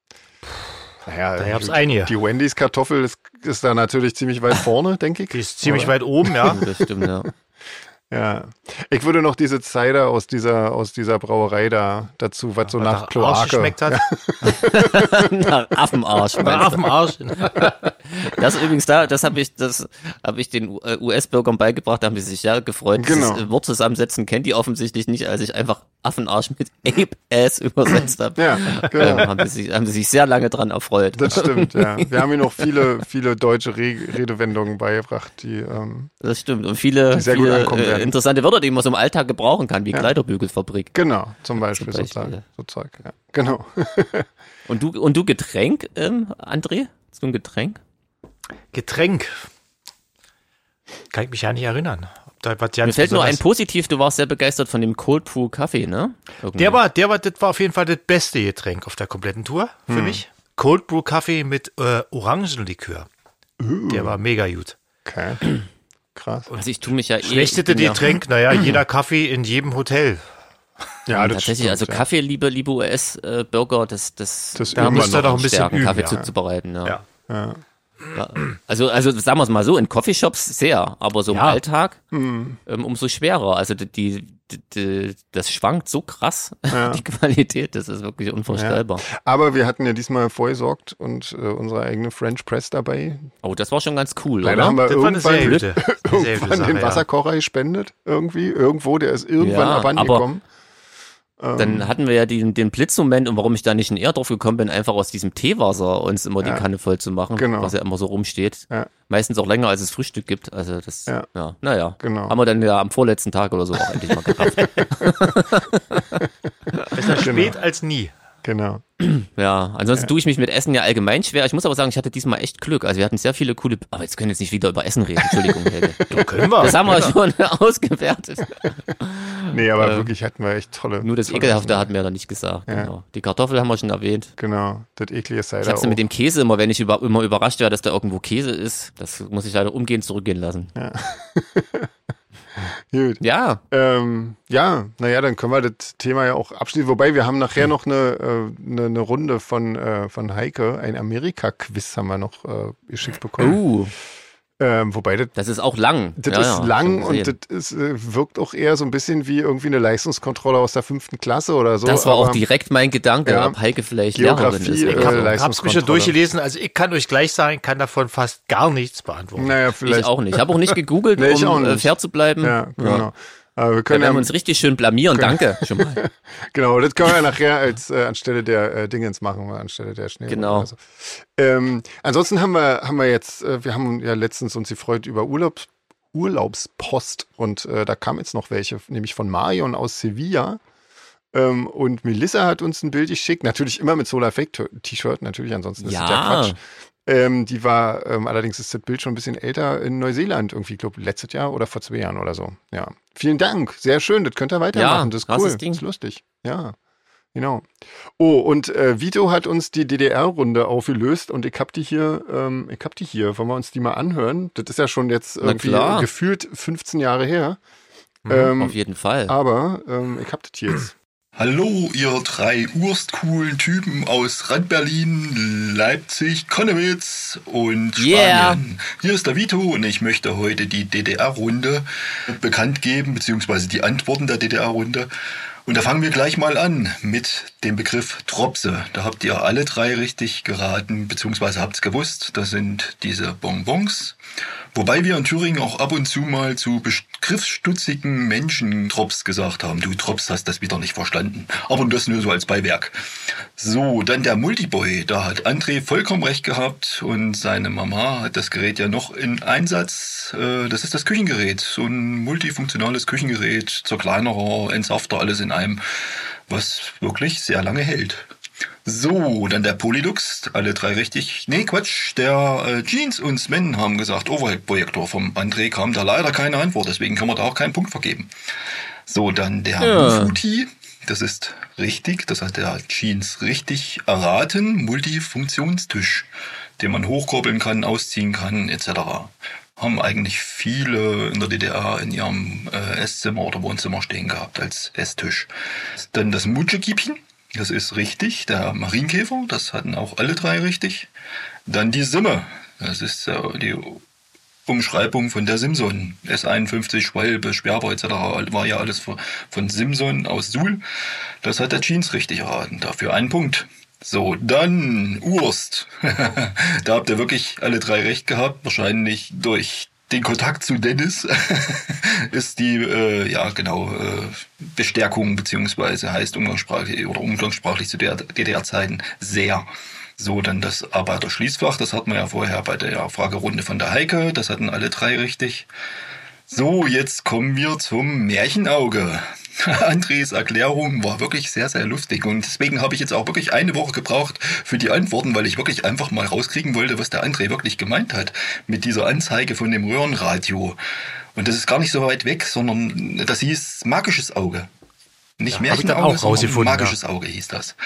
Naja, da gab's einige. Die Wendy's Kartoffel ist da natürlich ziemlich weit vorne, denke ich. Die ist ziemlich weit oben, ja. Das stimmt, ja. Ja, ich würde noch diese Cider aus dieser Brauerei da dazu, was so nach Kloake geschmeckt hat. Nach Affenarsch. Nach Affenarsch. Das übrigens das habe ich den US-Bürgern beigebracht, da haben die sich ja gefreut. Genau. Das Wort zusammensetzen kennt die offensichtlich nicht, als ich einfach Affenarsch mit Ape-Ass übersetzt habe. Ja, genau. Haben sie sich sehr lange dran erfreut. Das stimmt, ja. Wir haben ihnen noch viele deutsche Redewendungen beigebracht, die das stimmt. Und viele sehr gut ankommen werden. Interessante Wörter, die man so im Alltag gebrauchen kann, wie Kleiderbügelfabrik. Genau, zum Beispiel so Zeug. Ja. Genau. Und du Getränk, André? Hast du ein Getränk? Getränk? Kann ich mich ja nicht erinnern. Mir fällt nur ein positiv, du warst sehr begeistert von dem Cold Brew Kaffee, ne? Das war auf jeden Fall das beste Getränk auf der kompletten Tour für mich. Cold Brew Kaffee mit Orangenlikör. Der war mega gut. Okay. Krass. Also ich tue mich ja schlechteste Getränk, jeder Kaffee in jedem Hotel. Ja, das tatsächlich, stimmt, also Kaffee, liebe Da US-Bürger, müsst ihr doch ein bisschen üben, Kaffee zuzubereiten, ja. Ja. Ja. Also sagen wir es mal so, in Coffeeshops sehr, aber so im Alltag umso schwerer. Also das schwankt so krass, die Qualität, das ist wirklich unvorstellbar. Ja. Aber wir hatten ja diesmal vorgesorgt und unsere eigene French Press dabei. Oh, das war schon ganz cool, Leider oder? haben wir das irgendwann den Wasserkocher gespendet, irgendwo, der ist irgendwann abhandengekommen. Dann hatten wir ja den Blitzmoment und warum ich da nicht eher drauf gekommen bin, einfach aus diesem Teewasser uns immer die Kanne voll zu machen, was ja immer so rumsteht. Ja. Meistens auch länger, als es Frühstück gibt. Also das, genau. Haben wir dann ja am vorletzten Tag oder so auch endlich mal gerafft. Besser spät als nie. Genau. Ja, ansonsten tue ich mich mit Essen ja allgemein schwer. Ich muss aber sagen, ich hatte diesmal echt Glück. Also wir hatten sehr viele coole, aber jetzt können wir jetzt nicht wieder über Essen reden. Entschuldigung, Helge. Können wir. Das haben wir schon ausgewertet. Nee, aber wirklich hatten wir echt tolle. Nur das Ekelhafte hatten wir noch nicht gesagt. Ja. Genau. Die Kartoffel haben wir schon erwähnt. Genau, das eklige Cider. Ich hab's ja mit dem Käse immer, wenn ich immer überrascht werde, dass da irgendwo Käse ist. Das muss ich leider umgehend zurückgehen lassen. Ja. Gut. Ja. Dann können wir das Thema ja auch abschließen. Wobei, wir haben nachher noch eine Runde von Heike, ein Amerika-Quiz haben wir noch geschickt bekommen. Wobei das ist auch lang. Das ist lang und das wirkt auch eher so ein bisschen wie irgendwie eine Leistungskontrolle aus der 5. Klasse oder so. Das war auch direkt mein Gedanke, ob Heike vielleicht Lehrerin ist. Ich hab's mich schon durchgelesen, also ich kann euch gleich sagen, ich kann davon fast gar nichts beantworten. Naja, vielleicht. Ich auch nicht. Ich habe auch nicht gegoogelt, um fair zu bleiben. Ja, genau. Ja. Aber wir werden uns richtig schön blamieren, danke schon mal. Genau, das können wir nachher anstelle der Dingens machen, anstelle der Schnee. Genau. Also. Ansonsten haben wir jetzt, wir haben ja letztens uns gefreut über Urlaubspost und da kam jetzt noch welche, nämlich von Marion aus Sevilla. Und Melissa hat uns ein Bild geschickt, natürlich immer mit Solar Effect T-Shirt, natürlich, ansonsten ist das ja Quatsch. Die war, allerdings ist das Bild schon ein bisschen älter in Neuseeland, irgendwie, ich glaube, letztes Jahr oder vor 2 Jahren oder so. Ja. Vielen Dank, sehr schön, das könnt ihr weitermachen, das ist cool, das ist lustig. Ja, genau. Oh, und Vito hat uns die DDR-Runde aufgelöst und ich hab die hier, wollen wir uns die mal anhören? Das ist ja schon jetzt irgendwie gefühlt 15 Jahre her. Auf jeden Fall. Aber ich hab das hier jetzt. Hallo, ihr 3 urstcoolen Typen aus Rand-Berlin, Leipzig, Konnewitz und Spanien. Yeah. Hier ist der Vito und ich möchte heute die DDR-Runde bekannt geben, beziehungsweise die Antworten der DDR-Runde. Und da fangen wir gleich mal an mit dem Begriff Tropse. Da habt ihr alle 3 richtig geraten, beziehungsweise habt es gewusst. Das sind diese Bonbons. Wobei wir in Thüringen auch ab und zu mal zu begriffsstutzigen Menschen Drops gesagt haben. Du Drops hast das wieder nicht verstanden. Aber das nur so als Beiwerk. So, dann der Multiboy. Da hat André vollkommen recht gehabt und seine Mama hat das Gerät ja noch in Einsatz. Das ist das Küchengerät. So ein multifunktionales Küchengerät, zerkleinerer, Entsafter, alles in einem. was wirklich sehr lange hält. So, dann der Polylux, alle 3 richtig. Nee, Quatsch, der Jeans und Sven haben gesagt, Overhead-Projektor. Vom André kam da leider keine Antwort, deswegen kann man da auch keinen Punkt vergeben. So, dann der Mufuti, das ist richtig, das hat der Jeans richtig erraten. Multifunktionstisch, den man hochkurbeln kann, ausziehen kann, etc. Haben eigentlich viele in der DDR in ihrem Esszimmer oder Wohnzimmer stehen gehabt als Esstisch. Dann das Mutschekiepchen. Das ist richtig, der Marienkäfer, das hatten auch alle 3 richtig. Dann die Simme, das ist die Umschreibung von der Simson. S51, Schwalbe, Sperber etc. war ja alles von Simson aus Suhl. Das hat der Jeans richtig erraten, dafür 1 Punkt. So, dann Urst. Da habt ihr wirklich alle 3 recht gehabt, wahrscheinlich durch den Kontakt zu Dennis ist die, Bestärkung beziehungsweise heißt umgangssprachlich zu der DDR-Zeiten sehr. So, dann das Arbeiterschließfach, das hatten wir ja vorher bei der Fragerunde von der Heike, das hatten alle 3 richtig. So, jetzt kommen wir zum Märchenauge. Andres Erklärung war wirklich sehr, sehr lustig und deswegen habe ich jetzt auch wirklich eine Woche gebraucht für die Antworten, weil ich wirklich einfach mal rauskriegen wollte, was der André wirklich gemeint hat mit dieser Anzeige von dem Röhrenradio. Und das ist gar nicht so weit weg, sondern das hieß magisches Auge. Nicht Märchenauge, sondern magisches Auge hieß das.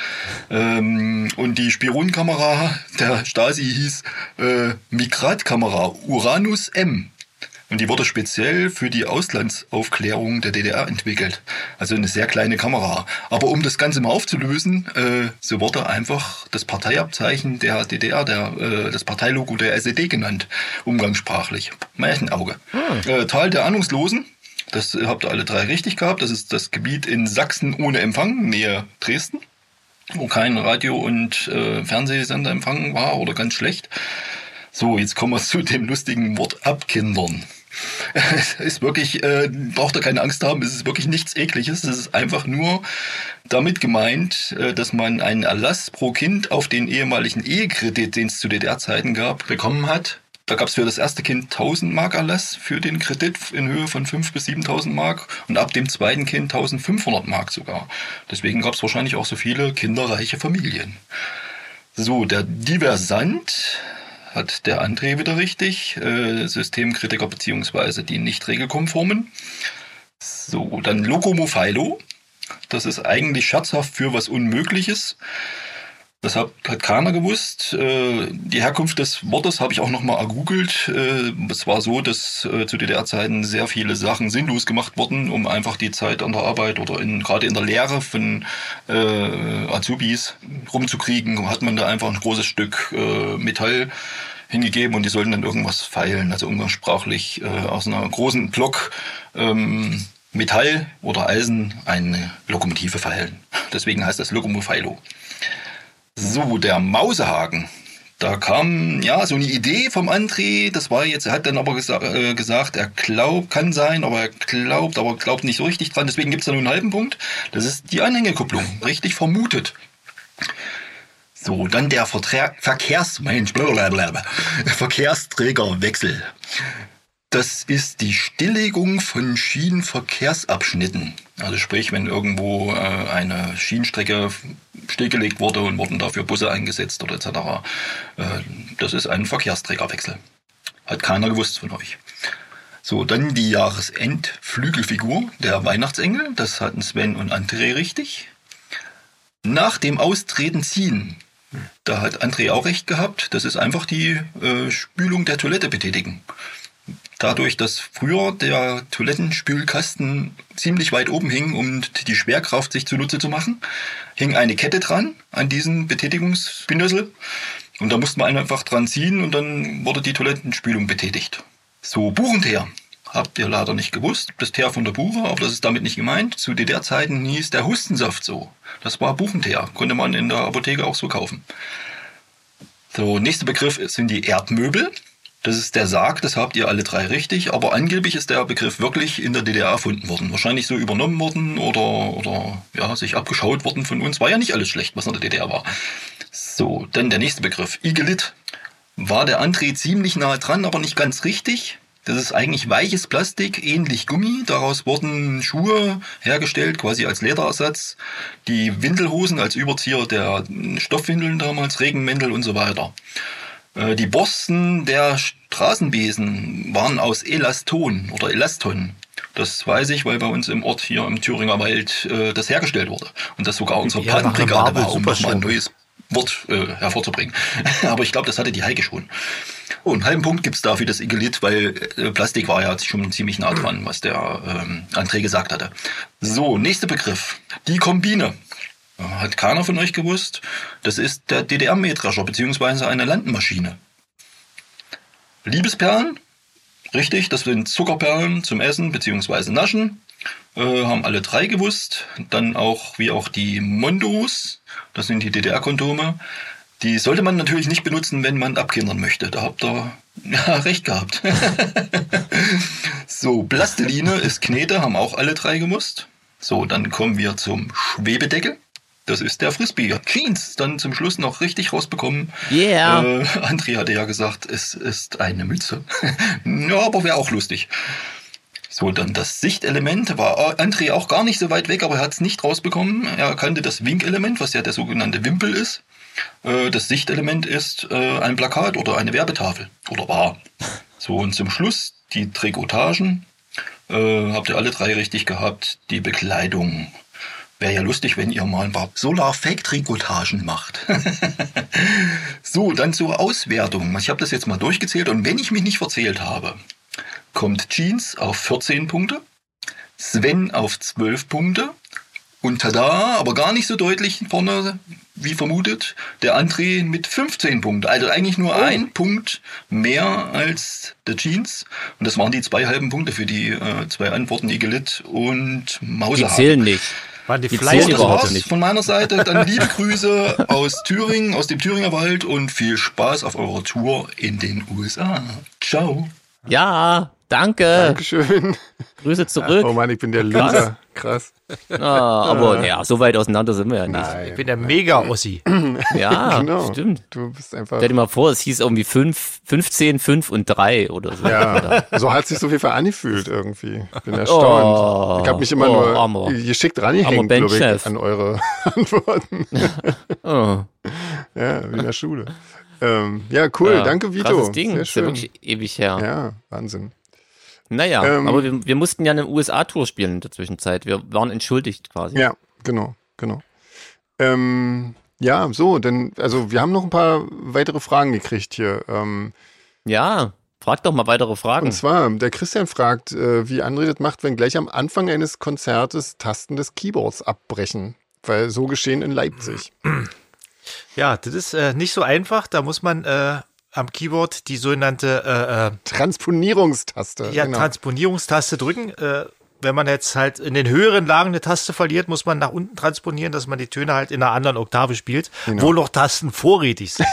Und die Spionenkamera der Stasi hieß Migratkamera Uranus M. Und die wurde speziell für die Auslandsaufklärung der DDR entwickelt. Also eine sehr kleine Kamera. Aber um das Ganze mal aufzulösen, so wurde einfach das Parteiabzeichen der DDR, das Parteilogo der SED genannt, umgangssprachlich. Märchenauge. Tal der Ahnungslosen, das habt ihr alle 3 richtig gehabt. Das ist das Gebiet in Sachsen ohne Empfang, Nähe Dresden, wo kein Radio- und Fernsehsenderempfang war oder ganz schlecht. So, jetzt kommen wir zu dem lustigen Wort Abkindern. Es ist wirklich, braucht ihr keine Angst haben, es ist wirklich nichts Ekliges. Es ist einfach nur damit gemeint, dass man einen Erlass pro Kind auf den ehemaligen Ehekredit, den es zu DDR-Zeiten gab, bekommen hat. Da gab es für das erste Kind 1000 Mark Erlass für den Kredit in Höhe von 5.000 bis 7.000 Mark und ab dem zweiten Kind 1.500 Mark sogar. Deswegen gab es wahrscheinlich auch so viele kinderreiche Familien. So, der Diversant hat der André wieder richtig. Systemkritiker bzw. die nicht regelkonformen. So, dann Lokomophilo. Das ist eigentlich scherzhaft für was Unmögliches. Das hat keiner gewusst. Die Herkunft des Wortes habe ich auch nochmal ergoogelt. Es war so, dass zu DDR-Zeiten sehr viele Sachen sinnlos gemacht wurden, um einfach die Zeit an der Arbeit oder gerade in der Lehre von Azubis rumzukriegen. Hat man da einfach ein großes Stück Metall hingegeben und die sollten dann irgendwas feilen. Also umgangssprachlich aus einer großen Block Metall oder Eisen eine Lokomotive feilen. Deswegen heißt das Lokomophilo. So, der Mausehaken. Da kam so eine Idee vom André. Das war jetzt, er hat dann aber gesagt, er glaubt, kann sein, aber er glaubt nicht so richtig dran. Deswegen gibt es da nur einen halben Punkt. Das ist die Anhängekupplung. Richtig vermutet. So, dann der Verkehrsträgerwechsel. Das ist die Stilllegung von Schienenverkehrsabschnitten. Also sprich, wenn irgendwo eine Schienenstrecke stillgelegt wurde und wurden dafür Busse eingesetzt oder etc. Das ist ein Verkehrsträgerwechsel. Hat keiner gewusst von euch. So, dann die Jahresendflügelfigur, der Weihnachtsengel. Das hatten Sven und André richtig. Nach dem Austreten ziehen. Da hat André auch recht gehabt. Das ist einfach die Spülung der Toilette betätigen. Dadurch, dass früher der Toilettenspülkasten ziemlich weit oben hing, um die Schwerkraft sich zunutze zu machen, hing eine Kette dran an diesen Betätigungsbindössel. Und da musste man einfach dran ziehen und dann wurde die Toilettenspülung betätigt. So, Buchenteer. Habt ihr leider nicht gewusst. Das Teer von der Buche, aber das ist damit nicht gemeint. Zu DDR-Zeiten hieß der Hustensaft so. Das war Buchenteer. Konnte man in der Apotheke auch so kaufen. So, nächster Begriff sind die Erdmöbel. Das ist der Sarg, das habt ihr alle 3 richtig, aber angeblich ist der Begriff wirklich in der DDR erfunden worden. Wahrscheinlich so übernommen worden oder sich abgeschaut worden von uns. War ja nicht alles schlecht, was in der DDR war. So, dann der nächste Begriff. Igelit. War der André ziemlich nahe dran, aber nicht ganz richtig. Das ist eigentlich weiches Plastik, ähnlich Gummi. Daraus wurden Schuhe hergestellt, quasi als Lederersatz. Die Windelhosen als Überzieher der Stoffwindeln damals, Regenmäntel und so weiter. Die Borsten der Straßenbesen waren aus Elaston oder Elaston. Das weiß ich, weil bei uns im Ort hier im Thüringer Wald das hergestellt wurde. Und das sogar unsere Patenbrigade war, um nochmal ein neues Wort hervorzubringen. Aber ich glaube, das hatte die Heike schon. Oh, einen halben Punkt gibt's dafür das Igilit, weil Plastik war ja schon ziemlich nah dran, was der André gesagt hatte. So, nächster Begriff. Die Kombine. Hat keiner von euch gewusst. Das ist der DDR-Mähdrescher beziehungsweise eine Landmaschine. Liebesperlen. Richtig, das sind Zuckerperlen zum Essen beziehungsweise Naschen. Haben alle 3 gewusst. Dann auch, wie auch die Mondos. Das sind die DDR-Kondome. Die sollte man natürlich nicht benutzen, wenn man abkindern möchte. Da habt ihr ja recht gehabt. So, Plasteline ist Knete, haben auch alle 3 gewusst. So, dann kommen wir zum Schwebedeckel. Das ist der Frisbee. Jeans, dann zum Schluss noch richtig rausbekommen. Yeah. André hatte ja gesagt, es ist eine Mütze. Ja, aber wäre auch lustig. So, dann das Sichtelement. War André auch gar nicht so weit weg, aber er hat es nicht rausbekommen. Er kannte das Winkelement, was ja der sogenannte Wimpel ist. Das Sichtelement ist ein Plakat oder eine Werbetafel. Oder war. So, und zum Schluss die Trikotagen. Habt ihr alle 3 richtig gehabt. Die Bekleidung. Wäre ja lustig, wenn ihr mal ein paar Solar-Fake-Trikotagen macht. So, dann zur Auswertung. Ich habe das jetzt mal durchgezählt und wenn ich mich nicht verzählt habe, kommt Jeans auf 14 Punkte, Sven auf 12 Punkte und tada, aber gar nicht so deutlich vorne wie vermutet, der André mit 15 Punkten. Also eigentlich nur ein Punkt mehr als der Jeans. Und das waren die 2 halben Punkte für die 2 Antworten, Igilit und Mausehaken. Die zählen nicht. Waren die Das fleißig war's von meiner Seite. Dann liebe Grüße aus Thüringen, aus dem Thüringer Wald und viel Spaß auf eurer Tour in den USA. Ciao. Ja, danke. Dankeschön. Grüße zurück. Oh Mann, ich bin der Loser. Krass. Aber ja, so weit auseinander sind wir ja nicht. Nein. Ich bin der Mega-Ossi. Ja, Genau. stimmt. Du bist einfach. Stell dir mal vor, es hieß irgendwie 15, 5 und 3 oder so. Ja, so hat sich so viel angefühlt irgendwie. Bin erstaunt. Ich habe mich immer nur geschickt rangehängt, glaube ich, an eure Antworten. Ja, wie in der Schule. Ja, cool. Ja, danke, Vito. krasses Ding. Sehr Ist ja schön. wirklich ewig her. Ja, Wahnsinn. Naja, aber wir mussten ja eine USA-Tour spielen in der Zwischenzeit. Wir waren entschuldigt quasi. Ja, genau. Ja, so, denn, also wir haben noch ein paar weitere Fragen gekriegt hier. Ja, frag doch mal weitere Fragen. Und zwar, der Christian fragt, wie André das macht, wenn gleich am Anfang eines Konzertes Tasten des Keyboards abbrechen. Weil so geschehen in Leipzig. Ja, das ist nicht so einfach. Da muss man am Keyboard die sogenannte Transponierungstaste. Genau. Transponierungstaste drücken. Wenn man jetzt halt in den höheren Lagen eine Taste verliert, muss man nach unten transponieren, dass man die Töne halt in einer anderen Oktave spielt, Genau. wo noch Tasten vorrätig sind.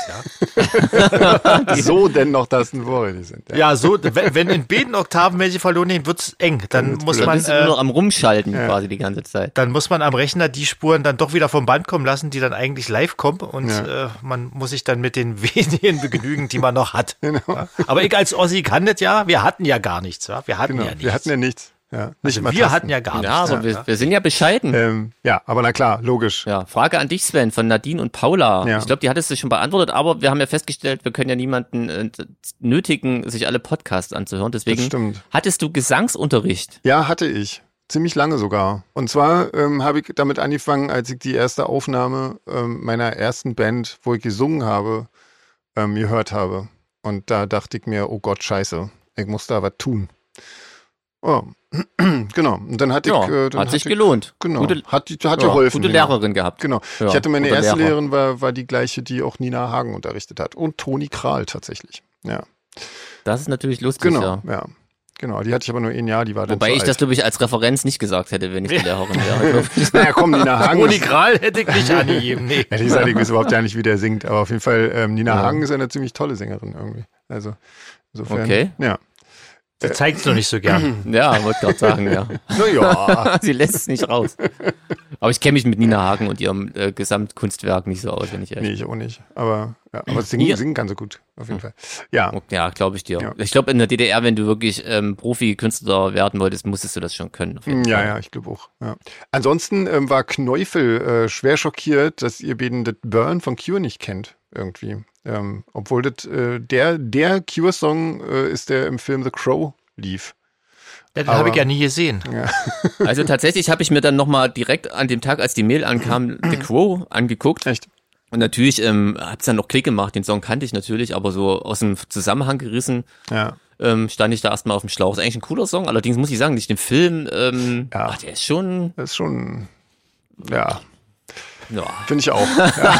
Ja, So denn noch Tasten vorrätig sind. ja so, wenn in beiden Oktaven welche verloren gehen, wird's eng. Dann muss Da man bist du nur noch am Rumschalten quasi die ganze Zeit. dann muss man am Rechner die Spuren dann doch wieder vom Band kommen lassen, die dann eigentlich live kommen und man muss sich dann mit den wenigen begnügen, die man noch hat. Genau. Ja. Aber ich als Ossi kann das ja, wir hatten ja gar nichts. Ja? Wir hatten Genau. ja nichts. Wir hatten ja nichts. Ja, nicht also mal wir Tasten. hatten ja gar Ja, nichts. aber wir sind ja bescheiden. Ja, aber na klar, logisch. Ja, Frage an dich, Sven, von Nadine und Paula. Ja. Ich glaube, die hattest du schon beantwortet, aber wir haben ja festgestellt, wir können ja niemanden nötigen, sich alle Podcasts anzuhören. Deswegen Das stimmt. hattest du Gesangsunterricht. Ja, hatte ich. Ziemlich lange sogar. Und zwar habe ich damit angefangen, als ich die erste Aufnahme meiner ersten Band, wo ich gesungen habe, gehört habe. Und da dachte ich mir, oh Gott, scheiße, ich muss da was tun. Oh, genau. Und dann hatte ich... Hat sich gelohnt. Genau. Gute, Hat geholfen. Gute genau. Lehrerin gehabt. Genau. Ja, Ich hatte meine oder erste Lehrer. Lehrerin, war die gleiche, die auch Nina Hagen unterrichtet hat. Und Toni Kral tatsächlich. Ja. Das ist natürlich lustig, Genau, ja. ja. Genau, die hatte ich aber nur ein Jahr, die war dann Wobei zu ich alt. das, glaube ich, als Referenz nicht gesagt hätte, wenn ich die Lehrerin wäre. Naja, komm, Nina Hagen. Toni Kral hätte ich nicht angegeben. Nee. Ehrlich gesagt, ich weiß überhaupt gar nicht, wie der singt, aber auf jeden Fall, Nina Hagen ist eine ziemlich tolle Sängerin irgendwie. Also, insofern. Okay. Ja. Sie zeigt es noch nicht so gern. Ja, wollte gerade sagen, ja. Naja. Sie lässt es nicht raus. Aber ich kenne mich mit Nina Hagen und ihrem Gesamtkunstwerk nicht so aus, wenn ich ehrlich Nee, ich auch nicht. Aber aber singen kann sie gut, auf jeden Fall. Ja, ja, glaube ich dir. Ja. Ich glaube, in der DDR, wenn du wirklich Profi-Künstler werden wolltest, musstest du das schon können. Ja, ich glaube auch. Ja. Ansonsten war Kneufel schwer schockiert, dass ihr beiden das Burn von Cure nicht kennt, irgendwie. Obwohl das der Cure-Song ist, der im Film The Crow lief. Den habe ich ja nie gesehen. Ja. Also tatsächlich habe ich mir dann nochmal direkt an dem Tag, als die Mail ankam, The Crow angeguckt. Echt? Und natürlich hat es dann noch Klick gemacht, den Song kannte ich natürlich, aber so aus dem Zusammenhang gerissen stand ich da erstmal auf dem Schlauch. Ist eigentlich ein cooler Song, allerdings muss ich sagen, nicht den Film, der ist schon... Das ist schon, ja... Ja. Finde ich auch. Ja.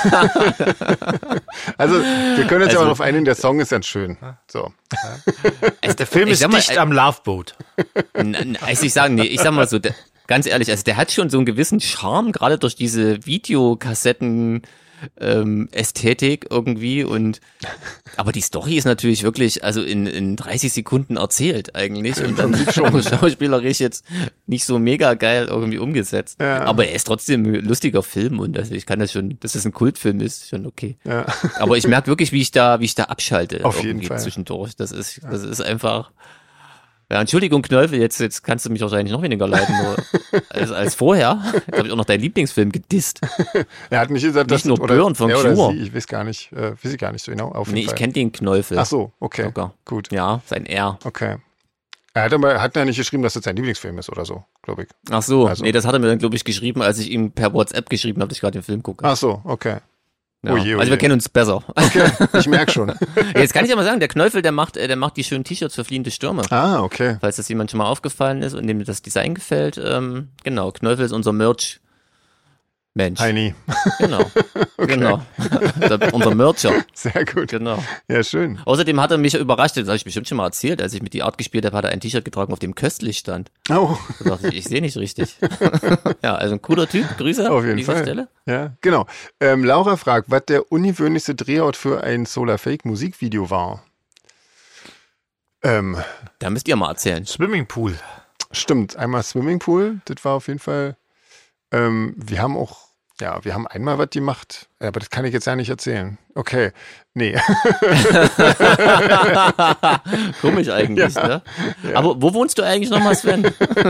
Also, wir können uns ja auch darauf einigen, der Song ist ganz schön. So. Also der Film ist dicht am Loveboat. Also ich sag mal so, ganz ehrlich, also der hat schon so einen gewissen Charme, gerade durch diese Videokassetten Ästhetik irgendwie aber die Story ist natürlich wirklich also in 30 Sekunden erzählt eigentlich und dann schon schauspielerisch jetzt nicht so mega geil irgendwie umgesetzt. Ja. Aber er ist trotzdem ein lustiger Film und also ich kann das schon, dass es ein Kultfilm ist, schon okay. Ja. Aber ich merke wirklich, wie ich da abschalte auf jeden Fall zwischendurch. Das ist einfach. Ja, Entschuldigung, Kneufel, jetzt kannst du mich wahrscheinlich noch weniger leiden als vorher. Jetzt habe ich auch noch deinen Lieblingsfilm gedisst. Er hat nicht gesagt, nicht nur Burn von Cure. Ich weiß gar nicht so genau. Auf jeden Fall. Ich kenne den Kneufel. Ach so, okay, sogar. Gut. Ja, sein R. Okay. Er hat ja nicht geschrieben, dass das sein Lieblingsfilm ist oder so, glaube ich. Ach so, also. Nee, das hat er mir dann, glaube ich, geschrieben, als ich ihm per WhatsApp geschrieben habe, dass ich gerade den Film gucke. Ach so, okay. Ja. Oh je. Also wir kennen uns besser. Okay, ich merke schon. Jetzt kann ich ja mal sagen, der Kneufel, der macht die schönen T-Shirts für fliehende Stürme. Ah, okay. Falls das jemand schon mal aufgefallen ist und dem das Design gefällt. Genau, Kneufel ist unser Merch-Mensch. Heini. Genau, okay. Genau. Unser Mercher. Sehr gut. Genau. Ja, schön. Außerdem hat er mich überrascht, das habe ich bestimmt schon mal erzählt, als ich mit die Art gespielt habe, hat er ein T-Shirt getragen, auf dem köstlich stand. Oh. Da dachte ich sehe nicht richtig. Ja, also ein cooler Typ. Grüße auf jeden an dieser Fall. Stelle. Ja, genau. Laura fragt, was der ungewöhnlichste Drehort für ein Solar Fake Musikvideo war. Da müsst ihr mal erzählen. Swimmingpool. Stimmt, einmal Swimmingpool, das war auf jeden Fall. Wir haben einmal was gemacht, aber das kann ich jetzt ja nicht erzählen. Okay, nee. Komisch eigentlich, ja, ne? Ja. Aber wo wohnst du eigentlich nochmal, Sven?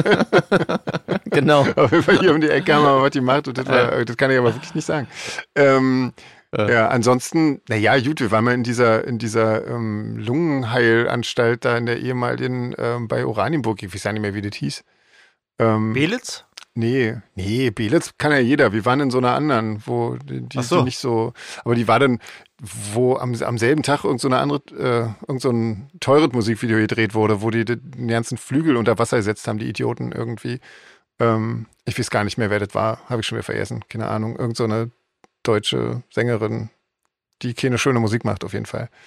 Genau. Auf jeden Fall hier um die Ecke haben wir was gemacht und das kann ich aber wirklich nicht sagen. Ja, ansonsten, gut, wir waren mal in dieser Lungenheilanstalt da in der ehemaligen bei Oranienburg, ich weiß ja nicht mehr, wie das hieß. Belitz? Nee, Belitz kann ja jeder. Wir waren in so einer anderen, wo die nicht so, aber die war dann, wo am selben Tag irgend so ein teures Musikvideo gedreht wurde, wo die den ganzen Flügel unter Wasser gesetzt haben, die Idioten irgendwie. Ich weiß gar nicht mehr, wer das war, habe ich schon wieder vergessen, keine Ahnung. Irgend so eine deutsche Sängerin, die keine schöne Musik macht, auf jeden Fall.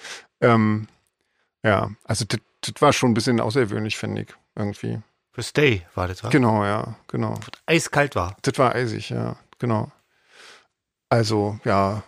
Ja, also das war schon ein bisschen außergewöhnlich, finde ich, irgendwie. Für Stay war das, wa? Genau, ja, genau. Wo eiskalt war. Das war eisig, ja, genau. Also, ja,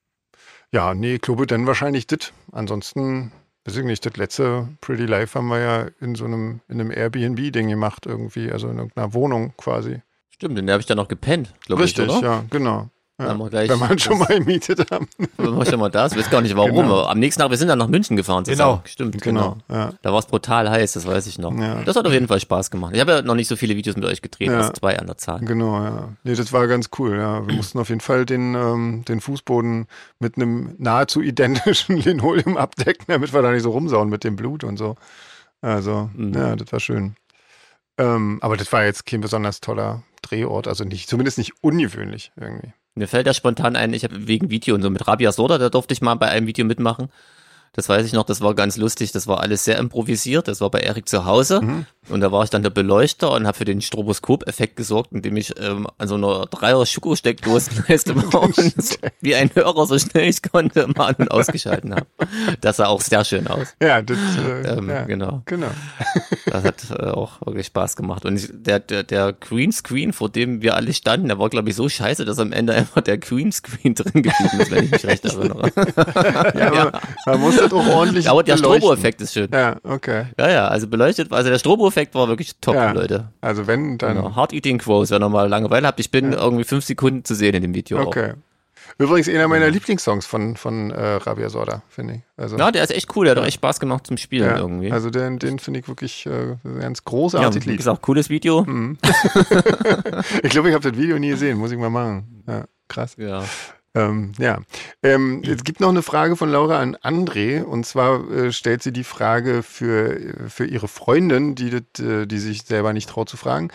nee, glaube dann wahrscheinlich das. Ansonsten, weiß ich nicht, das letzte Pretty Life haben wir ja in einem Airbnb-Ding gemacht irgendwie, also in irgendeiner Wohnung quasi. Stimmt, in der habe ich dann noch gepennt, glaube ich, oder? Richtig, ja, genau. Ja, wenn wir schon mal gemietet haben. Wenn wir schon mal da sind, ich weiß gar nicht warum, Genau. aber am nächsten Tag, wir sind dann nach München gefahren zusammen. Genau. Stimmt, Genau, ja. Da war es brutal heiß, das weiß ich noch. Ja. Das hat auf jeden Fall Spaß gemacht. Ich habe ja noch nicht so viele Videos mit euch gedreht, Ja. erst 2 an der Zahl. Genau, ja. Nee, das war ganz cool, ja. Wir mussten auf jeden Fall den Fußboden mit einem nahezu identischen Linoleum abdecken, damit wir da nicht so rumsauen mit dem Blut und so. Also, ja, das war schön. Aber das war jetzt kein besonders toller Drehort, also zumindest nicht ungewöhnlich irgendwie. Mir fällt da spontan ein, ich habe wegen Video und so mit Rabia Sorda, da durfte ich mal bei einem Video mitmachen. Das weiß ich noch, das war ganz lustig, das war alles sehr improvisiert, das war bei Erik zu Hause und da war ich dann der Beleuchter und habe für den Stroboskop-Effekt gesorgt, indem ich an so einer 3er-Schuko-Steckdosenleiste wie ein Hörer so schnell ich konnte mal an- und ausgeschalten habe. Das sah auch sehr schön aus. Ja, das Genau. Genau. Das hat auch wirklich Spaß gemacht. Und der Greenscreen, vor dem wir alle standen, der war, glaube ich, so scheiße, dass am Ende einfach der Greenscreen drin geblieben ist, wenn ich mich recht erinnere. Ja, aber man muss das auch ordentlich Aber der beleuchten. Strobo-Effekt ist schön. Ja, okay. Ja, also beleuchtet, also der Strobo-Effekt war wirklich top, Ja. Leute. Also wenn, dann... Genau. Hard Eating Quotes, wenn ihr mal Langeweile habt. Ich bin irgendwie 5 Sekunden zu sehen in dem Video. Okay. Übrigens einer meiner Lieblingssongs von Rabia Sorda, finde ich. Also, Ja, der ist echt cool, der hat doch echt Spaß gemacht zum Spielen irgendwie. Also den finde ich wirklich ganz großartig Wie Lied. gesagt, cooles Video. Ich glaube, ich habe das Video nie gesehen, muss ich mal machen. Ja, krass. Ja. Es gibt noch eine Frage von Laura an André, und zwar stellt sie die Frage für ihre Freundin, die sich selber nicht traut zu fragen.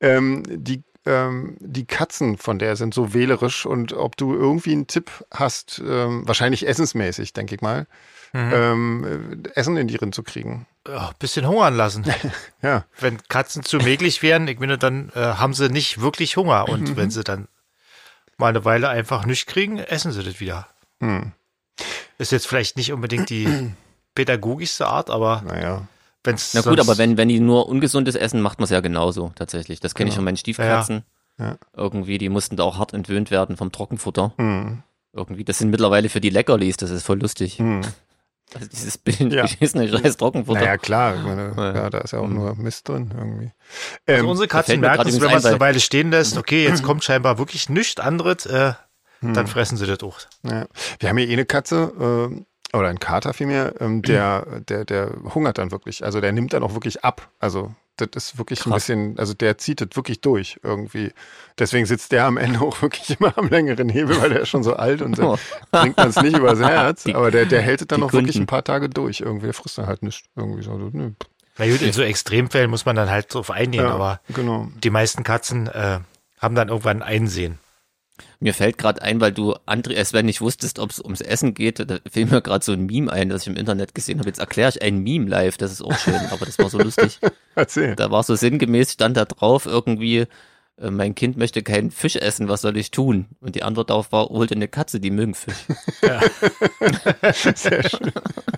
Die Katzen von der sind so wählerisch, und ob du irgendwie einen Tipp hast, wahrscheinlich essensmäßig, denke ich mal, Essen in die Rind zu kriegen. Ja, bisschen hungern lassen. Ja. Wenn Katzen zu mäglich wären, ich meine, dann haben sie nicht wirklich Hunger. Und wenn sie dann mal eine Weile einfach nichts kriegen, essen sie das wieder. Ist jetzt vielleicht nicht unbedingt die pädagogischste Art, aber naja. wenn's Na gut, aber wenn die nur Ungesundes essen, macht man es ja genauso tatsächlich. Das kenne ich von meinen Stiefkatzen. Ja. Irgendwie, die mussten da auch hart entwöhnt werden vom Trockenfutter. Irgendwie, das sind mittlerweile für die Leckerlis, das ist voll lustig. Also dieses beschissene scheiß Trockenfutter. Naja, klar, ich meine, da ist ja auch nur Mist drin irgendwie. Also unsere Katzen merken es, wenn man es eine Weile stehen lässt, okay, jetzt kommt scheinbar wirklich nichts anderes, dann fressen sie das auch. Ja. Wir haben hier eine Katze, oder einen Kater vielmehr, der hungert dann wirklich. Also der nimmt dann auch wirklich ab. Also das ist wirklich ein bisschen, also der zieht das wirklich durch irgendwie. Deswegen sitzt der am Ende auch wirklich immer am längeren Hebel, weil der ist schon so alt und bringt man es nicht übers Herz. Aber der hält es dann auch wirklich ein paar Tage durch. Irgendwie, der frisst dann halt nicht irgendwie so. Nö. Na gut, in so Extremfällen muss man dann halt drauf eingehen, aber die meisten Katzen haben dann irgendwann Einsehen. Mir fällt gerade ein, weil du, André, wenn nicht wusstest, ob es ums Essen geht, da fiel mir gerade so ein Meme ein, das ich im Internet gesehen habe. Jetzt erkläre ich ein Meme live, das ist auch schön, aber das war so lustig. Erzähl. Da war so sinngemäß, stand da drauf irgendwie, mein Kind möchte keinen Fisch essen, was soll ich tun? Und die Antwort darauf war, hol dir eine Katze, die mögen Fisch. Ja. Sehr schön.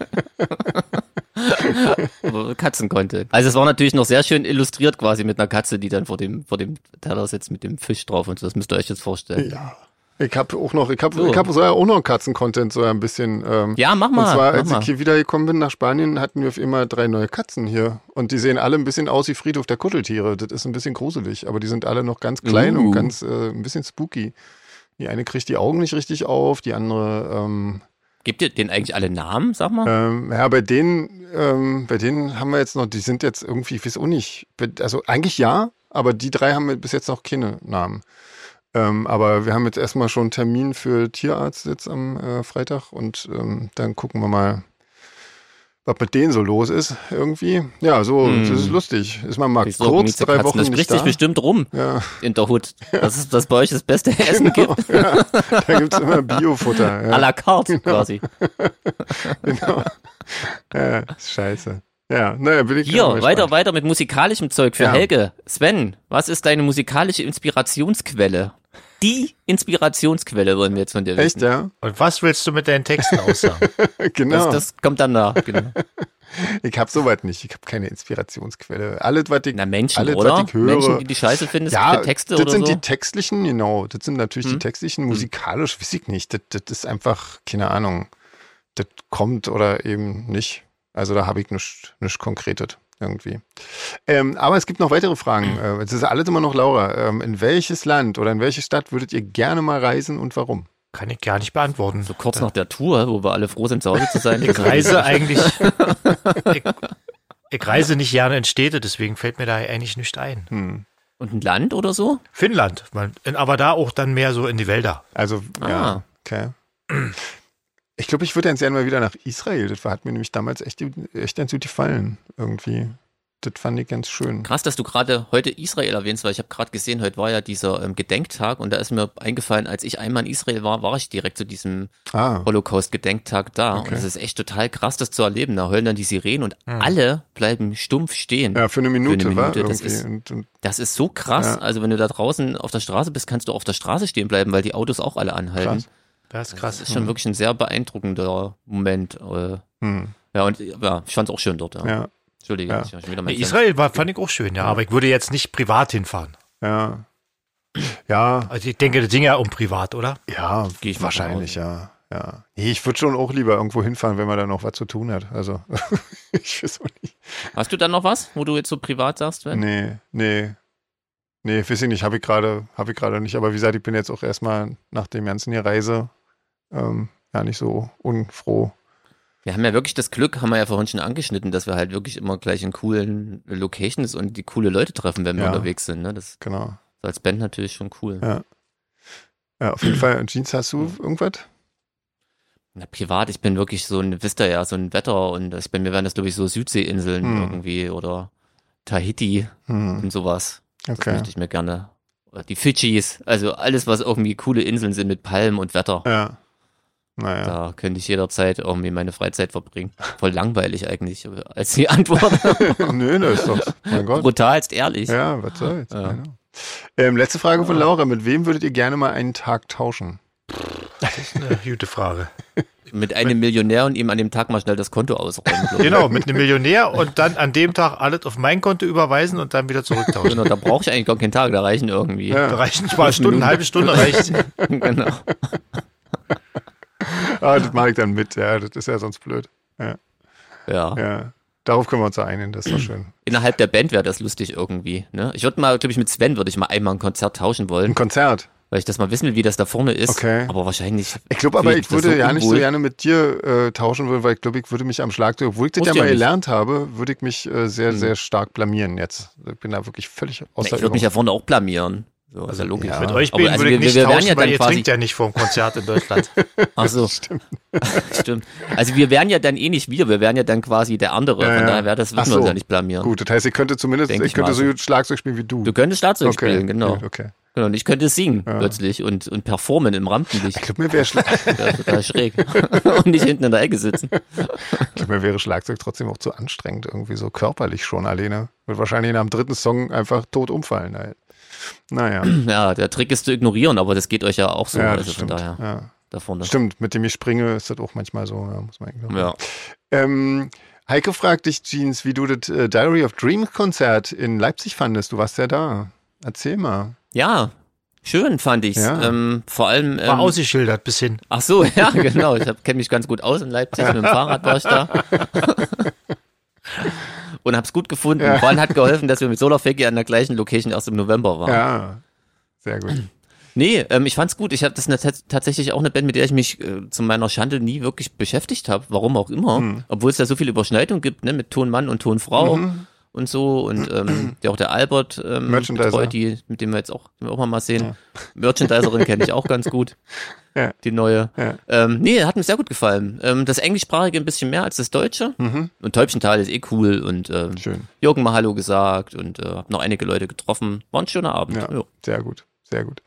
Aber Katzen-Content. Also es war natürlich noch sehr schön illustriert quasi mit einer Katze, die dann vor dem Teller sitzt mit dem Fisch drauf und so. Das müsst ihr euch jetzt vorstellen. Ja. Ich habe auch noch Katzen-Content so ein bisschen. Ja, mach mal. Und zwar, als ich hier wieder gekommen bin nach Spanien, hatten wir auf immer 3 neue Katzen hier. Und die sehen alle ein bisschen aus wie Friedhof der Kuscheltiere. Das ist ein bisschen gruselig, aber die sind alle noch ganz klein und ganz ein bisschen spooky. Die eine kriegt die Augen nicht richtig auf, die andere Gebt ihr denen eigentlich alle Namen, sag mal? Ja, bei denen haben wir jetzt noch, die sind jetzt irgendwie, ich weiß auch nicht, also eigentlich ja, aber die 3 haben bis jetzt noch keine Namen. Aber wir haben jetzt erstmal schon einen Termin für Tierarzt jetzt am Freitag, und dann gucken wir mal, was mit denen so los ist irgendwie. Ja, so, das ist lustig. Ist man mal kurz 3 Wochen das nicht spricht da. sich bestimmt rum in der Hut. Das ist, dass bei euch das beste Essen gibt. Ja, da gibt's immer Biofutter. Ja. À la carte quasi. Genau. Ja, ist scheiße. Ja, naja, bin ich Hier, weiter mit musikalischem Zeug für Helge. Sven, was ist deine musikalische Inspirationsquelle? Die Inspirationsquelle wollen wir jetzt von dir wissen. Echt, ja? Und was willst du mit deinen Texten aussagen? Genau. Das kommt dann nach, genau. Ich habe soweit nicht. Ich habe keine Inspirationsquelle. Alles, was ich höre. Was Menschen, die die Scheiße findest, für Texte oder so? Das sind die textlichen, genau. Das sind natürlich die textlichen. Musikalisch weiß ich nicht. Das ist einfach, keine Ahnung. Das kommt oder eben nicht. Also da habe ich nichts Konkretes irgendwie. Aber es gibt noch weitere Fragen. Es ist alles immer noch Laura. In welches Land oder in welche Stadt würdet ihr gerne mal reisen und warum? Kann ich gar nicht beantworten. So kurz nach der Tour, wo wir alle froh sind, zu Hause zu sein. Ich reise eigentlich, ich reise nicht gerne in Städte, deswegen fällt mir da eigentlich nichts ein. Und ein Land oder so? Finnland, aber da auch dann mehr so in die Wälder. Also, ja, okay. Ich glaube, ich würde ganz gerne mal wieder nach Israel. Das hat mir nämlich damals echt ganz gut gefallen. Irgendwie. Das fand ich ganz schön. Krass, dass du gerade heute Israel erwähnst, weil ich habe gerade gesehen, heute war ja dieser Gedenktag, und da ist mir eingefallen, als ich einmal in Israel war ich direkt zu diesem Holocaust-Gedenktag da. Okay. Und das ist echt total krass, das zu erleben. Da heulen dann die Sirenen und alle bleiben stumpf stehen. Ja, für eine Minute. Das ist so krass. Ja. Also wenn du da draußen auf der Straße bist, kannst du auf der Straße stehen bleiben, weil die Autos auch alle anhalten. Krass. Das ist krass. Das ist schon wirklich ein sehr beeindruckender Moment. Ja, und ich fand es auch schön dort. Ja. Entschuldige. Ja. Ich wieder Israel fand ich auch schön, ja, aber ich würde jetzt nicht privat hinfahren. Ja. Ja. Also ich denke, das ging ja um privat, oder? Ja, gehe ich wahrscheinlich, ja. Nee, ich würde schon auch lieber irgendwo hinfahren, wenn man da noch was zu tun hat. Also, ich weiß auch nicht. Hast du dann noch was, wo du jetzt so privat sagst, Sven? Nee, Nee, weiß ich nicht, habe ich gerade nicht. Aber wie gesagt, ich bin jetzt auch erstmal nach dem ganzen hier Reise ja nicht so unfroh. Wir haben ja wirklich das Glück, haben wir ja vorhin schon angeschnitten, dass wir halt wirklich immer gleich in coolen Locations und die coole Leute treffen, wenn wir unterwegs sind. Ne? Das genau. ist als Band natürlich schon cool. Ja, auf jeden Fall. Jeans, hast du irgendwas? Na, privat, ich bin wirklich so wisst ihr ja, so ein Wetter und bei mir wären das, glaube ich, so Südseeinseln irgendwie oder Tahiti und sowas. Das möchte ich mir gerne. Oder die Fidschis, also alles, was irgendwie coole Inseln sind mit Palmen und Wetter. Ja. Naja. Da könnte ich jederzeit irgendwie meine Freizeit verbringen. Voll langweilig eigentlich, als die Antwort. Nö, das ist doch, mein Gott. Brutalst ehrlich. Ja, was soll's. Ja. Genau. Letzte Frage von Laura. Mit wem würdet ihr gerne mal einen Tag tauschen? Das ist eine gute Frage. Mit einem Millionär und ihm an dem Tag mal schnell das Konto ausräumen. Genau, mit einem Millionär und dann an dem Tag alles auf mein Konto überweisen und dann wieder zurücktauschen. Genau, da brauche ich eigentlich gar keinen Tag, da reichen irgendwie. Da reichen 2 Stunden, eine halbe Stunde reicht. Genau. Das mache ich dann mit, ja, das ist ja sonst blöd. Ja. Darauf können wir uns ja einigen, das ist doch schön. Innerhalb der Band wäre das lustig irgendwie. Ne? Ich würde mal, glaube ich, mit Sven würde ich mal einmal ein Konzert tauschen wollen. Ein Konzert? Weil ich das mal wissen will, wie das da vorne ist. Okay. Aber wahrscheinlich. Ich glaube aber, ich würde ja nicht so gerne mit dir tauschen wollen, weil ich glaube, ich würde mich am Schlagzeug, obwohl ich das ja mal gelernt habe, würde ich mich sehr, sehr stark blamieren jetzt. Ich bin da wirklich völlig außer Ich würde mich ja vorne auch blamieren. So, also logisch. Mit euch beiden würde ich nicht tauschen, weil ihr trinkt ja nicht vor dem Konzert in Deutschland. Ach so. Stimmt. Also wir wären ja dann eh nicht wir wären ja dann quasi der andere. Von daher würden wir uns ja nicht blamieren. Gut, das heißt, ich könnte zumindest, ich könnte so gut Schlagzeug spielen wie du. Du könntest Schlagzeug spielen, genau. Okay. Genau, und ich könnte singen plötzlich und performen im Rampenlicht. Ich glaube, mir wäre total schräg. Und nicht hinten in der Ecke sitzen. Ich glaube, mir wäre Schlagzeug trotzdem auch zu anstrengend, irgendwie so körperlich schon alleine. Wird wahrscheinlich nach dem 3. Song einfach tot umfallen. Halt. Naja. Ja, der Trick ist zu ignorieren, aber das geht euch ja auch so. Ja, also stimmt. von daher. Da vorne. Stimmt, mit dem ich springe, ist das auch manchmal so, muss man ignorieren. Ja. Heike fragt dich, Jeans, wie du das Diary of Dreams Konzert in Leipzig fandest. Du warst ja da. Erzähl mal. Ja, schön fand ich's. Ja. Vor allem war ausgeschildert bis hin. Ach so, ja, genau. Ich kenne mich ganz gut aus in Leipzig. Mit dem Fahrrad war ich da. Und hab's gut gefunden. Ja. Vor allem hat geholfen, dass wir mit Solarfake an der gleichen Location erst im November waren. Ja, sehr gut. Nee, ich fand's gut. Ich habe das tatsächlich auch eine Band, mit der ich mich zu meiner schande nie wirklich beschäftigt habe. Warum auch immer. Obwohl es da so viel Überschneidung gibt, ne, mit Tonmann und Tonfrau. Und so und der Albert betreut die, mit dem wir jetzt auch mal sehen. Ja. Merchandiserin kenne ich auch ganz gut. Ja. Die neue. Ja. Nee, hat mir sehr gut gefallen. Das Englischsprachige ein bisschen mehr als das Deutsche. Und Täubchental ist eh cool und schön. Jürgen mal Hallo gesagt und hab noch einige Leute getroffen. War ein schöner Abend. Ja, sehr gut, sehr gut.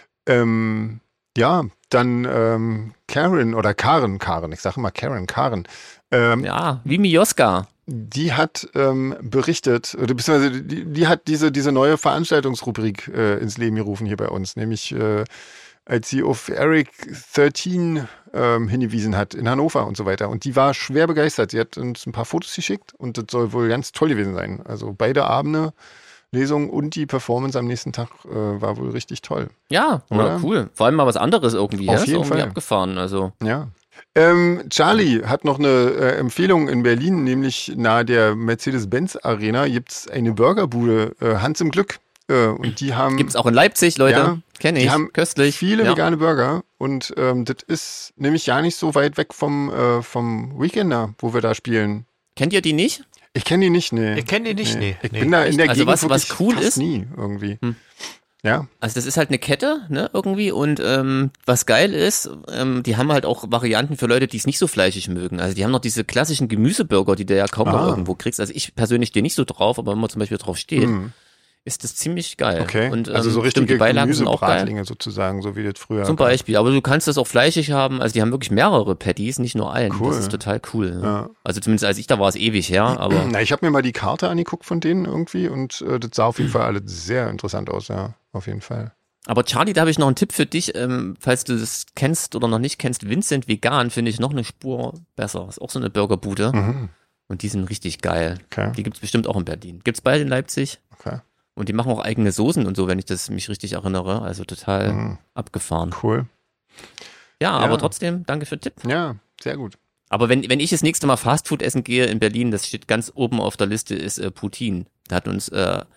Ja, dann Karen, ich sage immer Karen. Ja, wie Mioska. Die hat berichtet, oder beziehungsweise die hat diese neue Veranstaltungsrubrik ins Leben gerufen hier bei uns, nämlich als sie auf Eric 13 hingewiesen hat in Hannover und so weiter. Und die war schwer begeistert. Sie hat uns ein paar Fotos geschickt und das soll wohl ganz toll gewesen sein. Also beide Abende, Lesung und die Performance am nächsten Tag war wohl richtig toll. Ja, oder? Cool. Vor allem mal was anderes irgendwie. Auf jeden irgendwie Fall. Abgefahren. Also. Ja. Charlie hat noch eine Empfehlung in Berlin, nämlich nahe der Mercedes-Benz Arena gibt's eine Burgerbude, Hans im Glück. Und die haben. Gibt's auch in Leipzig, Leute. Ja, kenne ich. Die haben köstlich. Viele vegane Burger. Und das ist nämlich ja nicht so weit weg vom Weekender, wo wir da spielen. Kennt ihr die nicht? Ich kenne die nicht, nee. Ich kenne die nicht, nee. Ich bin da in der also Gegend was cool fast ist, nie irgendwie. Ja. Also das ist halt eine Kette, ne, irgendwie und was geil ist, die haben halt auch Varianten für Leute, die es nicht so fleischig mögen. Also die haben noch diese klassischen Gemüseburger, die du ja kaum noch irgendwo kriegst. Also ich persönlich stehe nicht so drauf, aber wenn man zum Beispiel drauf steht, ist das ziemlich geil. Okay, und, also so richtige die Beilagen sind auch geil. Gemüsebratlinge sozusagen, so wie das früher. Zum Beispiel, aber du kannst das auch fleischig haben. Also die haben wirklich mehrere Patties, nicht nur einen. Cool. Das ist total cool. Ja. Also zumindest als ich da war, es ewig her. Aber Na, ich habe mir mal die Karte angeguckt von denen irgendwie und das sah auf jeden Fall alles sehr interessant aus, ja, auf jeden Fall. Aber Charlie, da habe ich noch einen Tipp für dich, falls du das kennst oder noch nicht kennst. Vincent Vegan finde ich noch eine Spur besser. Ist auch so eine Burgerbude. Und die sind richtig geil. Okay. Die gibt's bestimmt auch in Berlin. Gibt's bald in Leipzig. Okay. Und die machen auch eigene Soßen und so, wenn ich das mich richtig erinnere. Also total abgefahren. Cool. Ja, aber trotzdem, danke für den Tipp. Ja, sehr gut. Aber wenn ich das nächste Mal Fastfood essen gehe in Berlin, das steht ganz oben auf der Liste, ist Putin. Da hat uns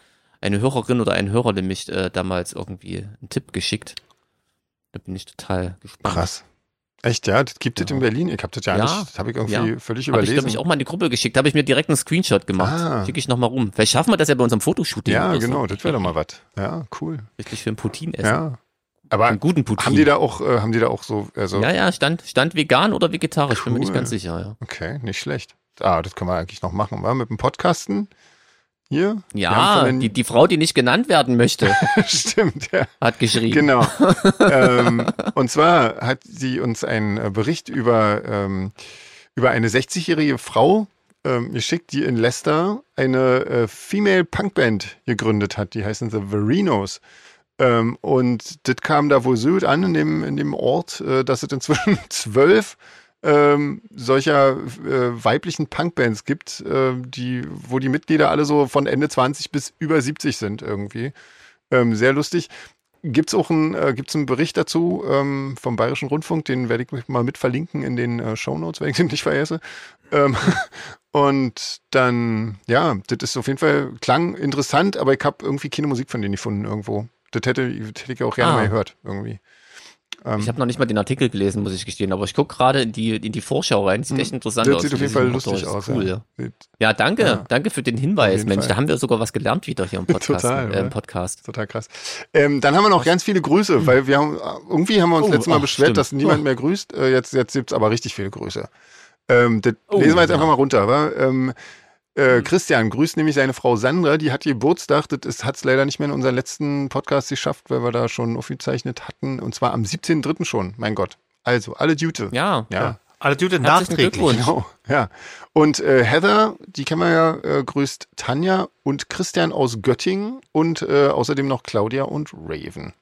eine Hörerin oder ein Hörer nämlich damals irgendwie einen Tipp geschickt. Da bin ich total gespannt. Krass. Echt, ja? Das gibt es in Berlin? Ich habe das nicht, das habe ich irgendwie völlig überlesen. Habe ich auch mal in die Gruppe geschickt, habe ich mir direkt einen Screenshot gemacht. Schicke ich nochmal rum. Vielleicht schaffen wir das ja bei unserem Fotoshooting. Ja, genau, das wäre doch mal was. Ja, cool. Richtig für ein Poutine essen. Ja. Aber einen guten Poutine. Haben die da auch so, also. Ja, stand vegan oder vegetarisch, bin mir nicht ganz sicher, ja. Okay, nicht schlecht. Das können wir eigentlich noch machen, wa? Mit dem Podcasten. Hier? Ja, die Frau, die nicht genannt werden möchte. Stimmt, ja. Hat geschrieben. Genau. Und zwar hat sie uns einen Bericht über eine 60-jährige Frau geschickt, die in Leicester eine Female Punkband gegründet hat. Die heißen The Verinos. Und das kam da wohl so an in dem Ort, dass es inzwischen 12 solcher weiblichen Punkbands gibt, wo die Mitglieder alle so von Ende 20 bis über 70 sind irgendwie. Sehr lustig. Gibt's einen Bericht dazu vom Bayerischen Rundfunk, den werde ich mal mit verlinken in den Shownotes, wenn ich den nicht vergesse. Und dann, ja, das ist auf jeden Fall, klang interessant, aber ich habe irgendwie keine Musik von denen gefunden irgendwo. Das hätte ich auch gerne mal gehört irgendwie. Ich habe noch nicht mal den Artikel gelesen, muss ich gestehen, aber ich gucke gerade in die Vorschau rein. Sieht echt interessant aus. Das sieht auf jeden Fall lustig aus. Cool, ja. Danke für den Hinweis, Mensch. Fall. Da haben wir sogar was gelernt wieder hier im Podcast. Podcast. Total krass. Dann haben wir noch ganz viele Grüße, weil wir haben uns letztes Mal beschwert, dass niemand mehr grüßt. Jetzt gibt's aber richtig viele Grüße. Das lesen wir jetzt einfach mal runter. Aber, Christian grüßt nämlich seine Frau Sandra, die hat Geburtstag, das hat es leider nicht mehr in unseren letzten Podcast geschafft, weil wir da schon aufgezeichnet hatten, und zwar am 17.03. schon, mein Gott. Also, alle Gute. Ja. Alle Gute nachträglich. Genau, ja. Und Heather, die kennen wir ja, grüßt Tanja und Christian aus Göttingen und außerdem noch Claudia und Raven.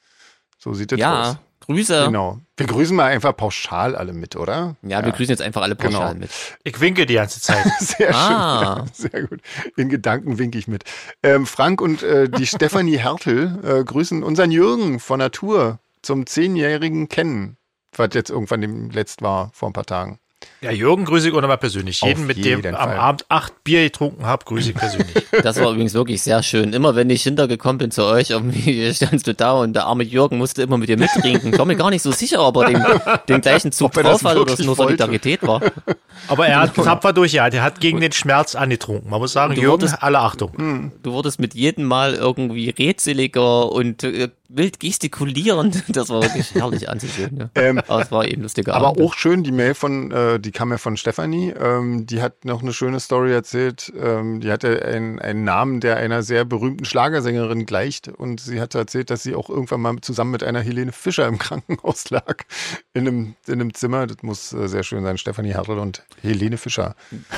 So sieht das aus. Grüße. Genau. Wir grüßen mal einfach pauschal alle mit, oder? Ja, wir grüßen jetzt einfach alle pauschal mit. Ich winke die ganze Zeit. Sehr schön. Ja, sehr gut. In Gedanken winke ich mit. Frank und die Stefanie Hertel grüßen unseren Jürgen von Natur zum 10-jährigen Kennen, was jetzt irgendwann dem letzt war, vor ein paar Tagen. Ja, Jürgen grüße ich auch nochmal persönlich. Jeden, mit dem am Abend 8 Bier getrunken habe, grüße ich persönlich. Das war übrigens wirklich sehr schön. Immer wenn ich hintergekommen bin zu euch, irgendwie standst du da und der arme Jürgen musste immer mit dir mittrinken. Ich war mir gar nicht so sicher, ob er den gleichen Zug drauf hat oder es nur Solidarität war. Aber er hat tapfer durchgehalten. Er hat gegen den Schmerz angetrunken. Man muss sagen, Jürgen, alle Achtung. Du wurdest mit jedem Mal irgendwie rätseliger und wild gestikulierend. Das war wirklich herrlich anzusehen. Ja. Aber es war eben lustiger Aber Abend. Auch schön, die Mail die kam ja von Stefanie. Die hat noch eine schöne Story erzählt. Die hatte einen Namen, der einer sehr berühmten Schlagersängerin gleicht. Und sie hat erzählt, dass sie auch irgendwann mal zusammen mit einer Helene Fischer im Krankenhaus lag. In einem Zimmer. Das muss sehr schön sein. Stefanie Hertel und Helene Fischer.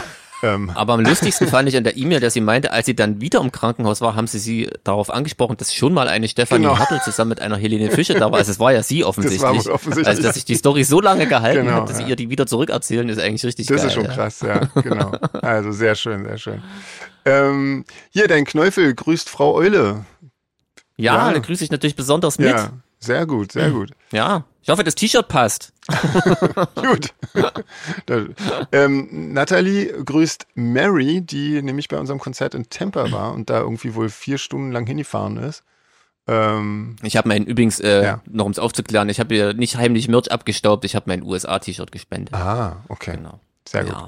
Aber am lustigsten fand ich an der E-Mail, dass sie meinte, als sie dann wieder im Krankenhaus war, haben sie darauf angesprochen, dass schon mal eine Stefanie Hertel zusammen mit einer Helene Fischer da war. Also es war ja sie offensichtlich. Das war wohl offensichtlich. Also dass sich die Story so lange gehalten hat, dass sie ihr die wieder zurückerzählen, ist eigentlich richtig geil. Das ist schon krass, ja, genau. Also sehr schön, sehr schön. Hier, dein Knäufel grüßt Frau Eule. Ja, da grüße ich natürlich besonders mit. Ja, sehr gut, sehr gut. Ja, ich hoffe, das T-Shirt passt. Gut. Nathalie grüßt Mary, die nämlich bei unserem Konzert in Tampa war und da irgendwie wohl 4 Stunden lang hingefahren ist. Ich habe übrigens, noch um es aufzuklären, ich habe hier nicht heimlich Merch abgestaubt, ich habe mein USA-T-Shirt gespendet. Ah, okay. Genau. Sehr gut.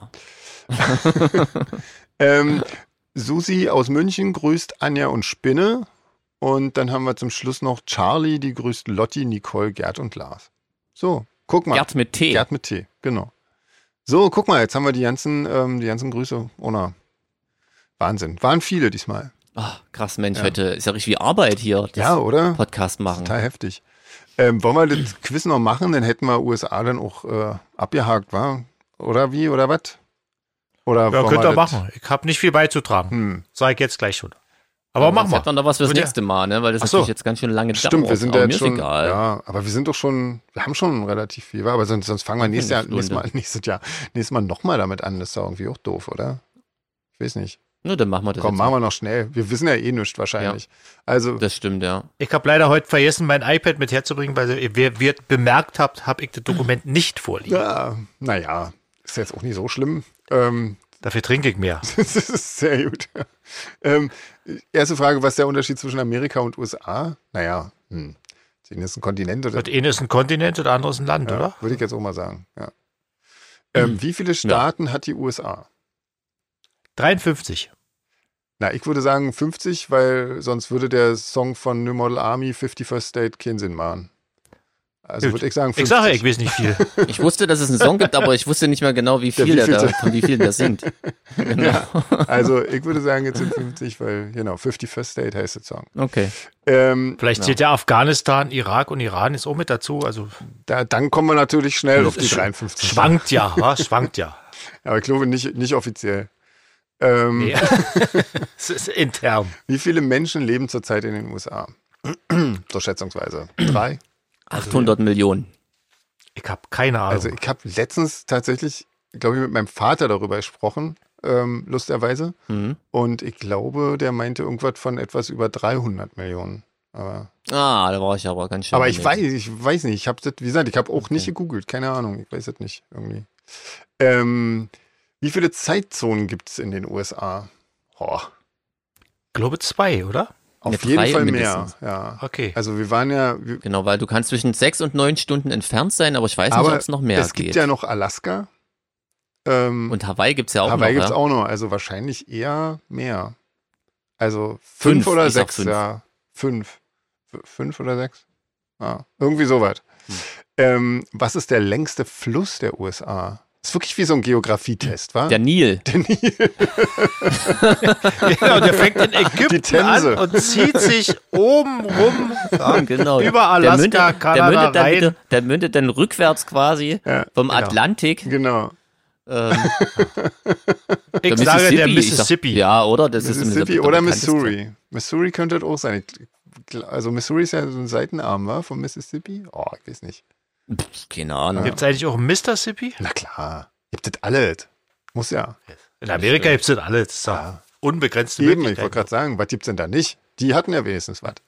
Ja. Susi aus München grüßt Anja und Spinne. Und dann haben wir zum Schluss noch Charlie, die grüßt Lotti, Nicole, Gerd und Lars. So, guck mal. Gerd mit T. Gerd mit T, genau. So, guck mal, jetzt haben wir die ganzen Grüße. Wahnsinn. Waren viele diesmal. Ach, krass, Mensch, heute ist ja richtig wie Arbeit hier. Ja, oder? Podcast machen. Total heftig. Wollen wir das Quiz noch machen? Dann hätten wir USA dann auch abgehakt, wa? Oder wie, oder was? Oder ja, könnt ihr machen. Ich habe nicht viel beizutragen. Sag ich jetzt gleich schon. Aber machen wir. Jetzt hat man da was fürs nächste Mal, ne? Weil das natürlich jetzt ganz schön lange dauert. Stimmt, wir sind ja jetzt schon, egal. Ja, aber wir haben schon relativ viel, aber sonst fangen wir nächstes Mal nochmal damit an. Das ist doch irgendwie auch doof, oder? Ich weiß nicht. Nur dann machen wir das. Komm, machen wir noch schnell. Wir wissen ja eh nichts wahrscheinlich. Ja, also, das stimmt, ja. Ich habe leider heute vergessen, mein iPad mit herzubringen, weil ihr bemerkt habt, habe ich das Dokument nicht vorliegen. Ja, naja, ist jetzt auch nicht so schlimm. Dafür trinke ich mehr. Das ist sehr gut. Erste Frage, was ist der Unterschied zwischen Amerika und USA? Naja, das ist ein Kontinent oder? Das eine ist ein Kontinent und das andere ist ein Land, oder? Würde ich jetzt auch mal sagen, ja. Wie viele Staaten hat die USA? 53. Na, ich würde sagen 50, weil sonst würde der Song von New Model Army 51st State keinen Sinn machen. Also Gut. würde ich sagen 50. Ich sage, ich weiß nicht viel. Ich wusste, dass es einen Song gibt, aber ich wusste nicht mehr genau, von wie vielen der singt. Genau. Ja, also ich würde sagen, jetzt sind 50, weil, 51st State heißt der Song. Okay. Vielleicht zählt ja Afghanistan, Irak und Iran ist auch mit dazu. Also Dann kommen wir natürlich schnell auf die 53. Schwankt ja, was? Schwankt ja. Aber ich glaube nicht offiziell. Nee. Es ist intern. Wie viele Menschen leben zurzeit in den USA? So schätzungsweise. 3? 800 Millionen. Ich habe keine Ahnung. Also ich habe letztens tatsächlich, glaube ich, mit meinem Vater darüber gesprochen, lustigerweise. Mhm. Und ich glaube, der meinte irgendwas von etwas über 300 Millionen. Aber da war ich aber ganz schön. Aber ich weiß nicht. Ich habe das, wie gesagt, ich habe auch nicht gegoogelt. Keine Ahnung. Ich weiß es nicht irgendwie. Wie viele Zeitzonen gibt es in den USA? Ich glaube 2, oder? Auf jeden Fall mindestens. mehr. Ja. Okay. Also wir waren ja. Genau, weil du kannst zwischen 6 und 9 Stunden entfernt sein, aber ich weiß nicht, ob es noch mehr geht. Es gibt ja noch Alaska. Und Hawaii gibt es ja auch Hawaii noch. gibt es auch noch. Also wahrscheinlich eher mehr. Also 5 oder 6, ja. 5. 5 oder 6? Ja, irgendwie sowas. Was ist der längste Fluss der USA? Das ist wirklich wie so ein Geografietest, wa? Der Nil. Der Nil. Genau, der fängt in Ägypten an und zieht sich oben rum Genau. über Alaska, Kanada rein. Der mündet dann rückwärts quasi vom Atlantik. Genau. Ich sage der Mississippi. Ja, oder? Das Mississippi ist oder Missouri. Missouri könnte das auch sein. Also Missouri ist ja so ein Seitenarm, wa? Vom Mississippi? Ich weiß nicht. Keine Ahnung. Gibt es eigentlich auch ein Mississippi? Na klar. Gibt es alles. Muss ja. In Amerika gibt es das alles. Das ist doch unbegrenzte Eben, Möglichkeiten. ich wollte gerade sagen, was gibt es denn da nicht? Die hatten ja wenigstens was.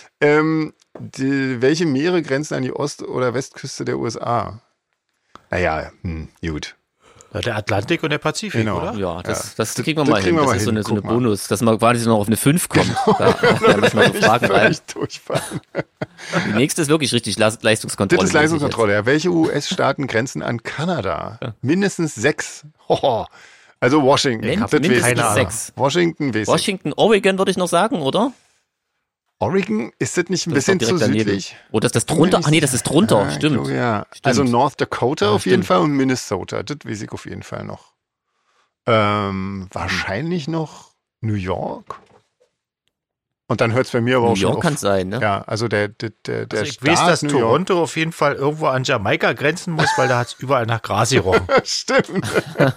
Welche Meere grenzen an die Ost- oder Westküste der USA? Naja, gut. Ja, der Atlantik und der Pazifik, Genau. oder? Ja, das kriegen wir mal hin. wir Das mal ist so hin. eine Guck mal. Bonus, dass man quasi noch auf eine 5 kommt. Da müssen wir so Fragen rein. Völlig durchfallen. Die nächste ist wirklich richtig Leistungskontrolle. Das ist Leistungskontrolle. Ja. Welche US-Staaten grenzen an Kanada? Mindestens 6. Also Washington. Ich Das hab mindestens weiß ich. 6. Washington weiß ich. Washington, Oregon würde ich noch sagen, oder? Oregon, ist das nicht ein Das ist bisschen doch zu direkt daneben. südlich? Oder ist das drunter? Ach nee, das ist drunter. Ich Stimmt. glaube, ja. Stimmt. Also North Dakota auf jeden stimmt. Fall und Minnesota. Das weiß ich auf jeden Fall noch. Wahrscheinlich noch New York. Und dann hört es bei mir aber New auch schon York auf. kann es sein, ne? Ja, also der Also ich Staat weiß, dass New York. Toronto auf jeden Fall irgendwo an Jamaika grenzen muss, weil da hat es überall nach Gras gerochen. Stimmt.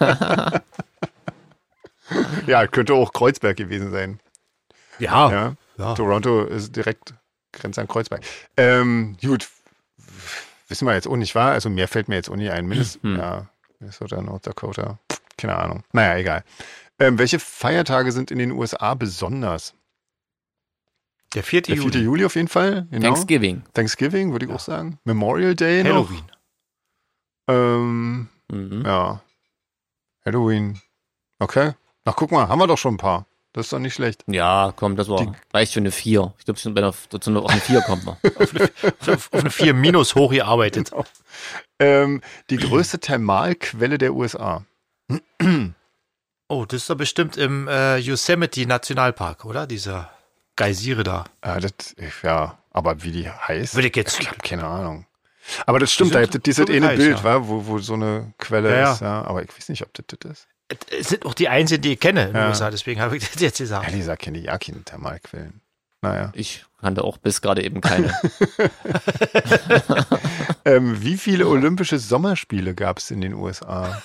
Ja, könnte auch Kreuzberg gewesen sein. Ja. Ja. Toronto ist direkt Grenze an Kreuzberg. Gut, wissen wir jetzt auch nicht, wahr? Also mehr fällt mir jetzt auch nicht ein. Minnesota, North Dakota, keine Ahnung. Naja, egal. Welche Feiertage sind in den USA besonders? Der 4. Der 4. Juli. Juli auf jeden Fall. Genau. Thanksgiving. Würde ich auch sagen. Memorial Day Halloween. noch. Ja. Halloween. Okay. Na, guck mal, haben wir doch schon ein paar. Das ist doch nicht schlecht. Ja, komm, das reicht für eine 4. Ich glaube schon, wenn auf eine 4 kommt man. Auf eine 4 minus hochgearbeitet. Die größte Thermalquelle der USA. Oh, das ist doch bestimmt im Yosemite Nationalpark, oder? Dieser Geysire da. Aber wie die heißt? Würde ich jetzt. Ich habe keine Ahnung. Aber das stimmt, da gibt es dieses wirklich eine heiß, Bild, ja. wa, wo so eine Quelle Ja, ist. Ja. Aber ich weiß nicht, ob das ist. Es sind auch die einzigen, die ich kenne in den Ja. USA, deswegen habe ich das jetzt gesagt. Ehrlich gesagt kenne ich ja keine Thermalquellen. Naja. Ich kannte auch bis gerade eben keine. Wie viele olympische Sommerspiele gab es in den USA?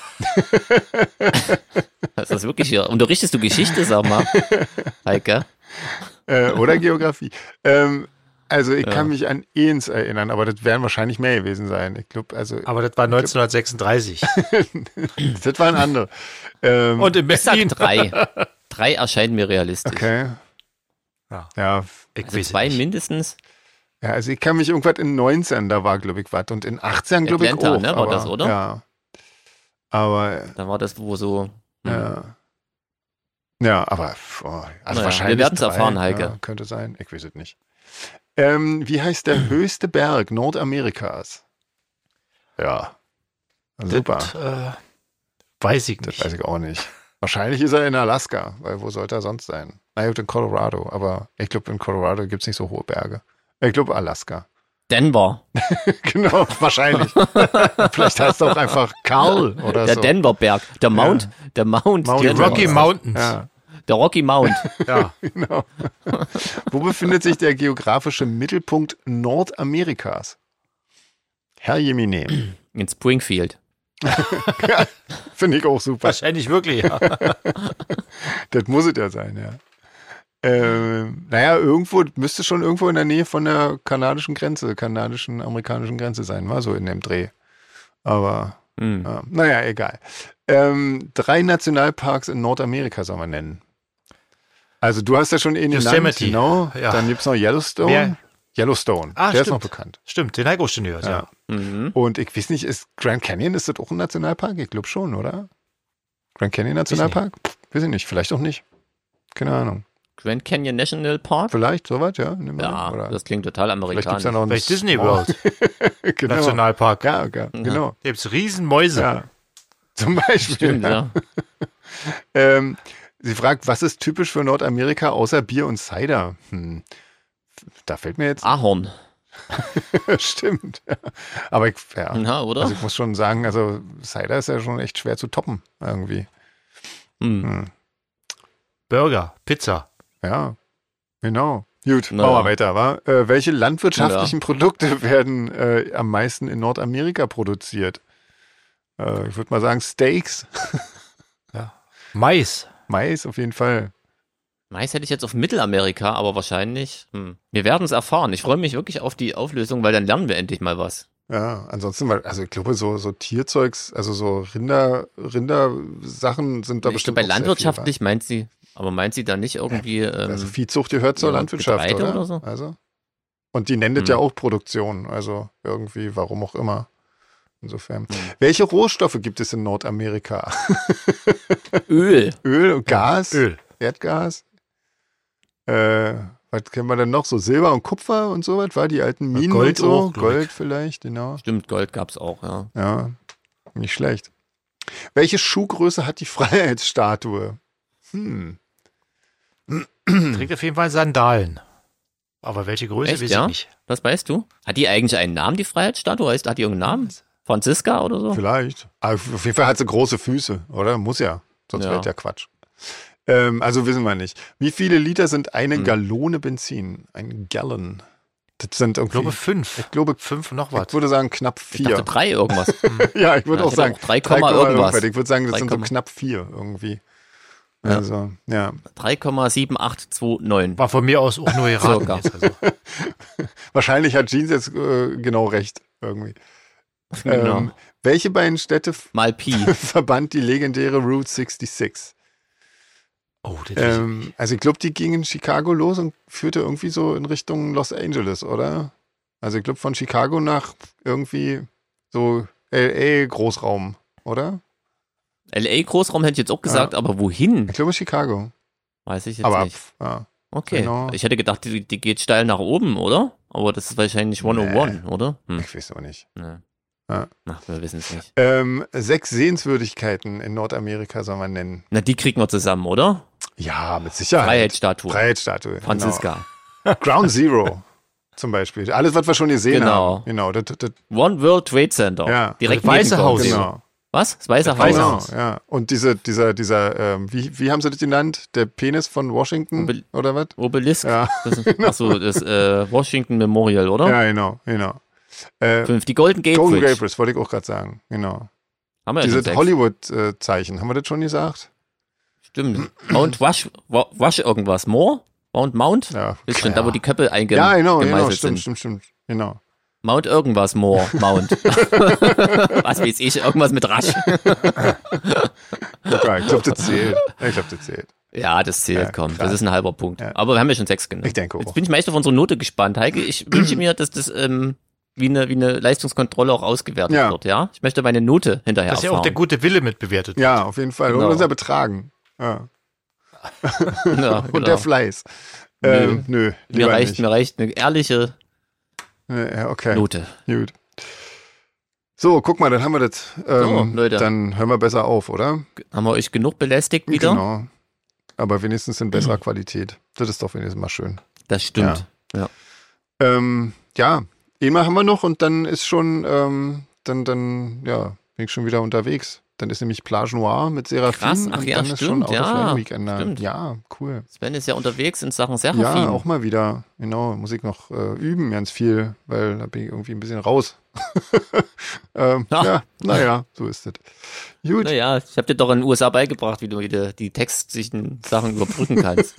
Das ist wirklich hier. Unterrichtest du Geschichte, sag mal, Heike? Oder Geografie? Also ich kann mich an eins erinnern, aber das werden wahrscheinlich mehr gewesen sein. Ich glaube, Aber das war 1936. das waren andere. Und in Ich sag Berlin. 3. 3 erscheinen mir realistisch. Okay. Ja. Ja. Ich Also weiß 2 nicht. mindestens. Ja, also ich kann mich irgendwas in 19, da war, glaube ich, was. Und in 18, glaube ich, Atlanta, auch. ne, war das, oder? Ja. Aber Da war das, wo so Ja, aber also wahrscheinlich. Wir werden es erfahren, Heike. Ja, könnte sein, ich weiß es nicht. Wie heißt der höchste Berg Nordamerikas? Ja, super. Das, weiß ich nicht. Das weiß ich auch nicht. Wahrscheinlich ist er in Alaska, weil wo sollte er sonst sein? Na gut, in Colorado, aber ich glaube, in Colorado gibt es nicht so hohe Berge. Ich glaube, Alaska. Denver. Genau, wahrscheinlich. Vielleicht heißt es auch einfach Karl oder Der so. Denver-Berg. Der Mount. Der Mount. Die Rocky Mountains. Ja, Der Rocky Mount. Ja. genau. Wo befindet sich der geografische Mittelpunkt Nordamerikas? Herr Jemine. In Springfield. Finde ich auch super. Wahrscheinlich wirklich, ja. Das muss es ja sein, ja. Naja, müsste schon irgendwo in der Nähe von der kanadischen-amerikanischen Grenze sein, mal so in dem Dreh. Aber, naja, egal. 3 Nationalparks in Nordamerika soll man nennen. Also du hast ja schon in Yosemite. Genau. Ja. Dann gibt es noch Yellowstone. Yellowstone, der stimmt. ist noch bekannt. Stimmt, den habe ich auch schon gehört, ja. Und ich weiß nicht, ist Grand Canyon, ist das auch ein Nationalpark? Ich glaube schon, oder? Grand Canyon Nationalpark? Weiß ich nicht, vielleicht auch nicht. Keine Ahnung. Grand Canyon National Park? Vielleicht, sowas, ja. Ja, oder? das klingt total Vielleicht gibt's amerikanisch. ja noch Vielleicht Disney World genau. Nationalpark. Ja, okay, genau. Da gibt es Riesenmäuse. Ja. Zum Beispiel. Stimmt, ja. Sie fragt, was ist typisch für Nordamerika außer Bier und Cider? Da fällt mir jetzt... Ahorn. Stimmt. Ja. Aber Ja, oder? Also ich muss schon sagen, also Cider ist ja schon echt schwer zu toppen irgendwie. Burger, Pizza. Ja, genau. Gut, Naja. machen wir weiter, wa? Welche landwirtschaftlichen Produkte werden am meisten in Nordamerika produziert? Ich würde mal sagen Steaks. Ja. Mais. Mais auf jeden Fall. Mais hätte ich jetzt auf Mittelamerika, aber wahrscheinlich. Wir werden es erfahren. Ich freue mich wirklich auf die Auflösung, weil dann lernen wir endlich mal was. Ja, ansonsten, also ich glaube, so Tierzeugs, also so Rindersachen sind da Ich bestimmt glaube, bei auch sehr landwirtschaftlich meint sie da nicht irgendwie. viel, also Viehzucht gehört zur ja, Landwirtschaft, Getreide oder? oder so? Also. Und die nennt es ja auch Produktion, also irgendwie, warum auch immer. Insofern. Welche Rohstoffe gibt es in Nordamerika? Öl. Öl und Gas? Öl. Erdgas? Was kennen wir denn noch? So Silber und Kupfer und so was? War die alten Minen Gold und so? auch, glaub ich. Gold vielleicht, genau. Stimmt, Gold gab's auch, ja. Ja, nicht schlecht. Welche Schuhgröße hat die Freiheitsstatue? Trägt auf jeden Fall Sandalen. Aber welche Größe, Echt, weiß ja? ich nicht. Das weißt du? Hat die eigentlich einen Namen, die Freiheitsstatue? Hat die irgendeinen Namen? Franziska oder so? Vielleicht. Aber auf jeden Fall hat sie große Füße, oder? Muss ja. Sonst Ja. wäre ja Quatsch. Also wissen wir nicht. Wie viele Liter sind eine Gallone Benzin? Ein Gallon. Das sind Ich irgendwie. glaube 5. Ich glaube, 5 noch was. ich würde sagen knapp Ich dachte 4. 3 irgendwas. Ja, ich würde Ja, auch ich hätte sagen auch 3, irgendwas. Ich würde sagen, das 3, sind so knapp 4 irgendwie. Ja. Also, ja. 3,7829. War von mir aus auch nur geraten. Circa. Jetzt, also. Wahrscheinlich hat Jeans jetzt genau recht irgendwie. Genau. Welche beiden Städte Mal Pi. verband die legendäre Route 66? Oh, das weiß ich nicht. Also ich glaube, die ging in Chicago los und führte irgendwie so in Richtung Los Angeles, oder? Also ich glaube von Chicago nach irgendwie so LA Großraum, oder? LA Großraum hätte ich jetzt auch gesagt, aber wohin? Ich glaube Chicago. Weiß ich jetzt Aber nicht. ja. Okay. genau. Ich hätte gedacht, die geht steil nach oben, oder? Aber das ist wahrscheinlich 101, oder? Ich weiß auch nicht. Nee. Ja. Ach, wir wissen es nicht. 6 Sehenswürdigkeiten in Nordamerika soll man nennen. Na, die kriegen wir zusammen, oder? Ja, mit Sicherheit. Freiheitsstatue. Freiheitsstatue. Franziska. Genau. Ground Zero zum Beispiel. Alles, was wir schon gesehen Genau. haben. Genau. Das, One World Trade Center. Ja. Direkt Das Weiße neben Haus. Ground Zero. genau. Was? Das Weiße Weiße Haus. Haus. Ja. Und dieser wie haben sie das genannt? Der Penis von Washington oder was? Obelisk. Ja. Achso, das Washington Memorial, oder? Ja, genau. 5. Die Golden Gate Golden Bridge. Gate Bridge, wollte ich auch gerade sagen. Genau. Haben wir ja schon Diese 6. Hollywood-Zeichen, haben wir das schon gesagt? Stimmt. Mount Wash irgendwas. Mount? Ja. Ist schon da, wo die Köpfe Ja, genau, gemeißelt sind. stimmt. Genau. Mount irgendwas Mount. Was weiß ich, irgendwas mit Rasch. Okay, ich glaube, das zählt. Ja, das zählt, Ja, komm. klar. Das ist ein halber Punkt. Ja. Aber wir haben ja schon 6 genannt. Ich denke auch. Jetzt bin ich mal echt auf unsere Note gespannt. Heike, ich wünsche mir, dass das wie eine Leistungskontrolle auch ausgewertet wird, ja? Ich möchte meine Note hinterher Dass ja auch der gute Wille mit bewertet wird. Ja, auf jeden Fall. Genau. Und unser Betragen. Ja. Ja, Und genau. der Fleiß. Nö, Mir reicht eine ehrliche Ja, okay. Note. Gut. So, guck mal, dann haben wir das. Leute. Dann hören wir besser auf, oder? Haben wir euch genug belästigt wieder? Genau. Aber wenigstens in besserer Qualität. Das ist doch wenigstens mal schön. Das stimmt. Ja. Ja, einmal haben wir noch und dann ist schon, dann bin ich schon wieder unterwegs. Dann ist nämlich Plage Noire mit Seraphim. Krass, ach und ja, dann ist schon stimmt, Out of ja, Line Weekend. stimmt. Ja, cool. Sven ist ja unterwegs in Sachen Ja, Seraphim. auch mal wieder. Genau, muss ich noch üben ganz viel, weil da bin ich irgendwie ein bisschen raus. Ja, naja, so ist es. Gut. Naja, ich habe dir doch in den USA beigebracht, wie du die textsichen Sachen überbrücken kannst.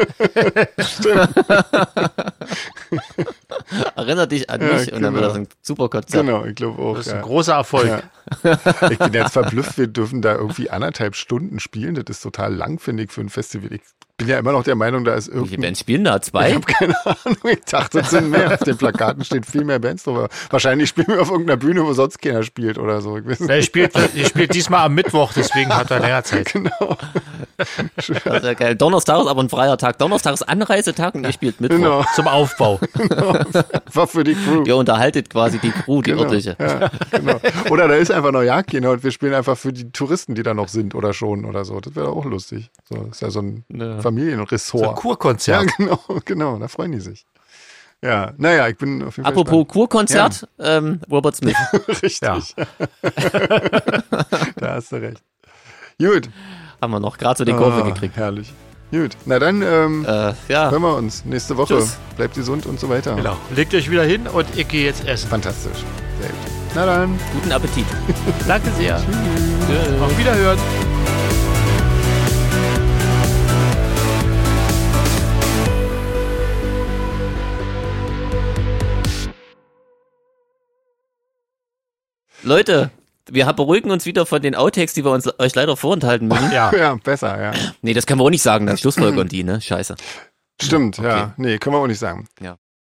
Erinner dich an mich Ja, und dann wird genau. das ein super Konzert. Genau, ich glaube auch. Das ist Ja. ein großer Erfolg. Ja. Ich bin jetzt verblüfft, wir dürfen da irgendwie 1,5 Stunden spielen. Das ist total lang, finde ich, für ein Festival. Ich bin ja immer noch der Meinung, da ist Wie viele irgendwie. Bands spielen da? Ich 2? habe keine Ahnung, ich dachte, es sind mehr. Auf den Plakaten steht viel mehr Bands drüber. Wahrscheinlich spielen wir auf irgendeiner Bühne, wo sonst keiner spielt oder so. Ich weiß nicht. Ihr spielt diesmal am Mittwoch, deswegen hat er länger Zeit. Genau. Das ist ja geil. Donnerstag ist aber ein freier Tag. Donnerstag ist Anreisetag und ihr spielt Mittwoch. Genau. Zum Aufbau. War für die Crew. Ihr unterhaltet quasi die Crew, die Genau. örtliche. Ja, genau. Oder da ist einfach noch Jagdkinder und wir spielen einfach für die Touristen, die da noch sind oder schon oder so. Das wäre auch lustig. So, das ist ja so ein Familienressort. So ein Kurkonzert. Ja, genau, da freuen die sich. Ja, naja, ich bin auf jeden Fall Apropos Kurkonzert, Robert Smith. gespannt. Richtig. Ja. Da hast du recht. Gut. Haben wir noch gerade so die Kurve gekriegt. Herrlich. Gut. Na dann Ja, hören wir uns nächste Woche. Tschüss. Bleibt gesund und so weiter. Genau. Legt euch wieder hin und ich gehe jetzt essen. Fantastisch. Sehr gut. Na dann. guten Appetit. Danke sehr. Tschüss. Auf Wiederhören. Leute, wir beruhigen uns wieder von den Outtakes, die wir euch leider vorenthalten müssen. Ja. Ja, besser, ja. Nee, das können wir auch nicht sagen, das Schlussfolger und die, ne? Scheiße. Stimmt, ja. Nee, können wir auch nicht sagen. Ja.